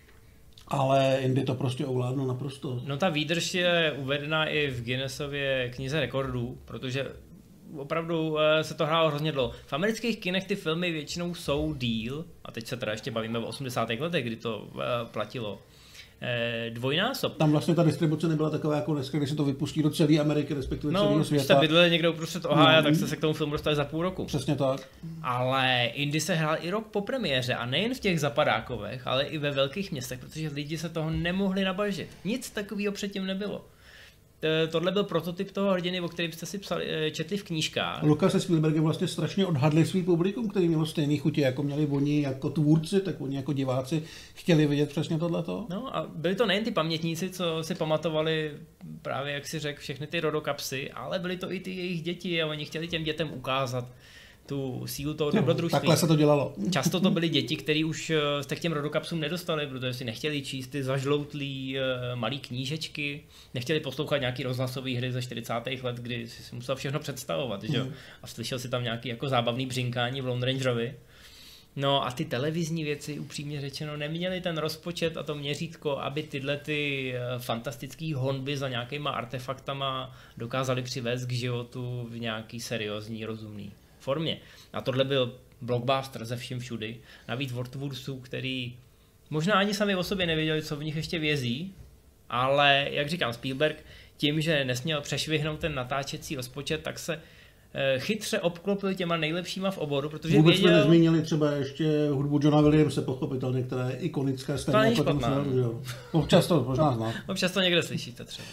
Ale Indy to prostě ovládnul naprosto. No ta výdrž je uvedena i v Guinnessově knize rekordů, protože opravdu se to hrálo hrozně dlouho. V amerických kinech ty filmy většinou jsou díl, a teď se teda ještě bavíme o osmdesátých letech, kdy to platilo dvojnásob. Tam vlastně ta distribuce nebyla taková jako dneska, když se to vypustí do celé Ameriky, respektive no, celého světa. No, když jste bydleli někde uprostřed Ohája, no, tak jste se k tomu filmu dostali za půl roku. Přesně tak. Ale Indy se hrál i rok po premiéře a nejen v těch zapadákovech, ale i ve velkých městech, protože lidi se toho nemohli nabažit. Nic takového předtím nebylo. Tohle byl prototyp toho hrdiny, o kterém jste si psali, četli v knížkách. Lucas se Spielbergem vlastně strašně odhadli svý publikum, který mělo stejný chutě, jako měli oni jako tvůrci, tak oni jako diváci chtěli vidět přesně tohleto. No a byli to nejen ty pamětníci, co si pamatovali právě, jak si řekl, všechny ty rodokapsy, ale byly to i ty jejich děti a oni chtěli těm dětem ukázat tu sílu toho dobrodružství. Takhle se to dělalo. Často to byly děti, které už se k těm rodokapsům nedostali, protože si nechtěli číst ty zažloutlý malý knížečky, nechtěli poslouchat nějaký rozhlasové hry ze čtyřicátých let, kdy si musel všechno představovat, mm. že? A slyšel si tam nějaký jako zábavný břinkání v Lone Rangerovi. No a ty televizní věci, upřímně řečeno, neměly ten rozpočet a to měřítko, aby tyhle ty fantastické honby za nějakýma artefaktama dokázaly přivést k životu v nějaký seriózní, rozumný formě. A tohle byl blockbuster ze vším všudy. Navíc od tvůrců, který možná ani sami o sobě nevěděli, co v nich ještě vězí, ale jak říkám, Spielberg tím, že nesměl přešvihnout ten natáčecí rozpočet, tak se chytře obklopil těma nejlepšíma v oboru, protože vůbec věděl... jsme nezmínili třeba ještě hudbu Johna Williamse, pochopitelně, které je ikonické. To není špatná. Občas to možná znám. Občas to někde slyšíte třeba.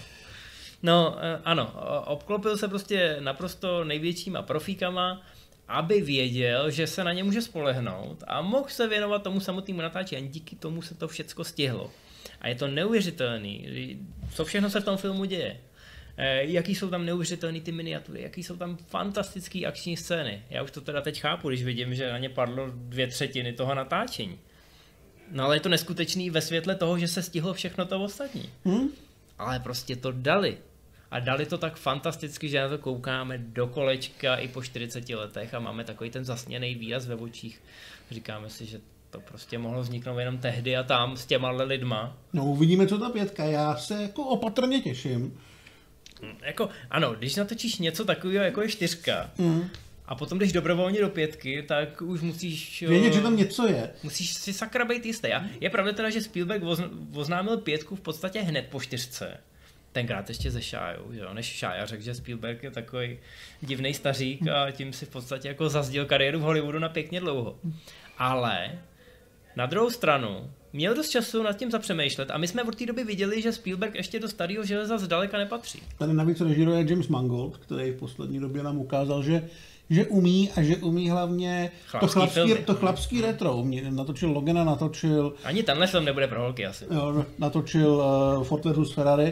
No ano, obklopil se prostě naprosto největšíma profíkama, aby věděl, že se na ně může spolehnout a mohl se věnovat tomu samotnému natáčení a díky tomu se to všecko stihlo. A je to neuvěřitelný, co všechno se v tom filmu děje. Jaký jsou tam neuvěřitelný ty miniatury, jaký jsou tam fantastický akční scény. Já už to teda teď chápu, když vidím, že na ně padlo dvě třetiny toho natáčení. No ale je to neskutečný ve světle toho, že se stihlo všechno to ostatní. Hmm? Ale prostě to dali. A dali to tak fantasticky, že na to koukáme do kolečka i po čtyřiceti letech a máme takový ten zasněný výraz ve očích. Říkáme si, že to prostě mohlo vzniknout jenom tehdy a tam s těma lidma. No uvidíme, co ta pětka. Já se jako opatrně těším. Jako, ano, když natočíš něco takového, jako je čtyřka, mm. a potom jdeš dobrovolně do pětky, tak už musíš... Vědět, že tam něco je. Musíš si sakra být jistý. A je pravda teda, že Spielberg oznámil pětku v podstatě hned po čtyřce. Tenkrát ještě ze Šájou, že jo, než Šája řekl, že Spielberg je takový divnej stařík a tím si v podstatě jako zazděl kariéru v Hollywoodu na pěkně dlouho. Ale na druhou stranu měl dost času nad tím zapřemýšlet a my jsme od té doby viděli, že Spielberg ještě do starého železa zdaleka nepatří. Tady navíc režíruje James Mangold, který v poslední době nám ukázal, že, že umí a že umí hlavně chlapský to chlapský, to chlapský retro. Natočil Logana, natočil... Ani tenhle film nebude pro holky asi. Jo, natočil uh, Ford versus Ferrari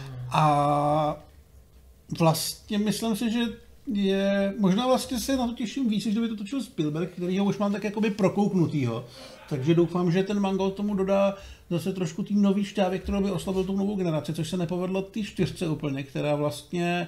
a vlastně myslím si, že je, možná vlastně se na to těším víc, že by to točil Spielberg, který ho už mám tak jakoby prokouknutýho. Takže doufám, že ten Mangold tomu dodá zase trošku tým nový šťávy, kterou by oslavil tu novou generaci, což se nepovedlo té čtyřce úplně, která vlastně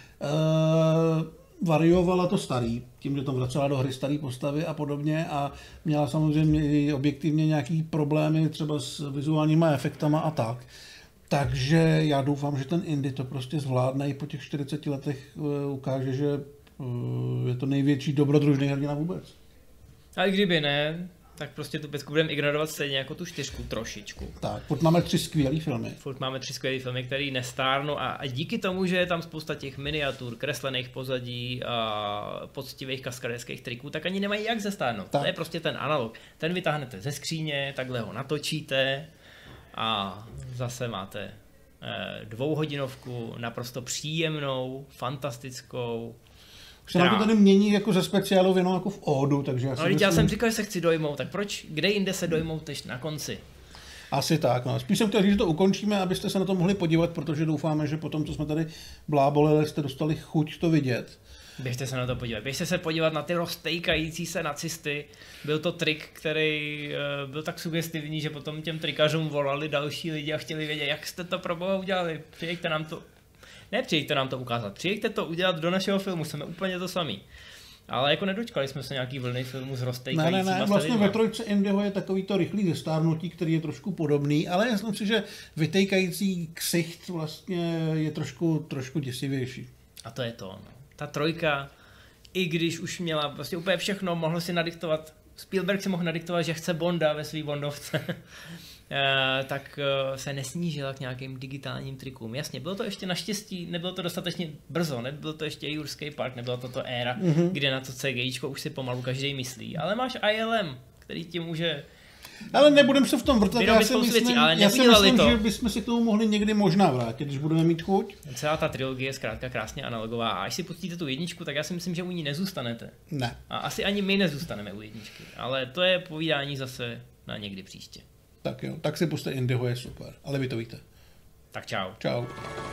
uh, variovala to starý, tím, že tam vracela do hry starý postavy a podobně a měla samozřejmě i objektivně nějaký problémy třeba s vizuálníma efektama a tak. Takže já doufám, že ten Indy to prostě zvládne i po těch čtyřiceti letech uh, ukáže, že uh, je to největší dobrodružný hrdina vůbec. Ale kdyby ne, tak prostě tu pětku budeme ignorovat stejně jako tu čtyřku trošičku. Tak, furt máme tři skvělý filmy. Furt máme tři skvělý filmy, které nestárnou a, a díky tomu, že je tam spousta těch miniatur, kreslených pozadí a poctivých kaskadérských triků, tak ani nemají jak zestárnout. Tak. To je prostě ten analog. Ten vytáhnete ze skříně, takhle ho natočíte a zase máte eh, dvouhodinovku, naprosto příjemnou, fantastickou. Se nám to tady mění jako ze speciálu jenom jako v ódu, takže já si no, myslím... já jsem říkal, že se chci dojmout, tak proč, kde jinde se dojmout než na konci? Asi tak, no. Spíš jsem chtěl říct, že to ukončíme, abyste se na to mohli podívat, protože doufáme, že potom, co jsme tady blábolili, jste dostali chuť to vidět. Běžte se na to podívat. Běžte se podívat na ty roztejkající se nacisty. Byl to trik, který uh, byl tak sugestivní, že potom těm trikařům volali další lidi a chtěli vědět, jak jste to pro boha udělali. Přijďte nám to... Ne, přijďte nám to ukázat. Přijďte to udělat do našeho filmu, jsme úplně to samý. Ale jako nedočkali jsme se nějaký vlny filmu s roztejkajícíma. Ne, ne, ne, vlastně ve trojce Indyho je takový to rychlý zestárnutí, který je trošku podobný, ale myslím si, že vytejkající ksicht vlastně je trošku, trošku děsivější. A to je to, no. Ta trojka, i když už měla prostě úplně všechno, mohl si nadiktovat, Spielberg si mohl nadiktovat, že chce Bonda ve svý Bondovce, tak se nesnížila k nějakým digitálním trikům. Jasně, bylo to ještě naštěstí, nebylo to dostatečně brzo, nebylo to ještě Jurský park, nebyla to to éra, mm-hmm. kde na to CGIčko už si pomalu každý myslí, ale máš I L M, který ti může... Ale nebudem se v tom vrtat, já si myslím, věcí, ale já si myslím to. že bychom si k tomu mohli někdy možná vrátit, když budeme mít chuť. Celá ta trilogie je zkrátka krásně analogová a až si pustíte tu jedničku, tak já si myslím, že u ní nezůstanete. Ne. A asi ani my nezůstaneme u jedničky, ale to je povídání zase na někdy příště. Tak jo, tak si puste Indyho, je super, ale vy to víte. Tak čau. Čau.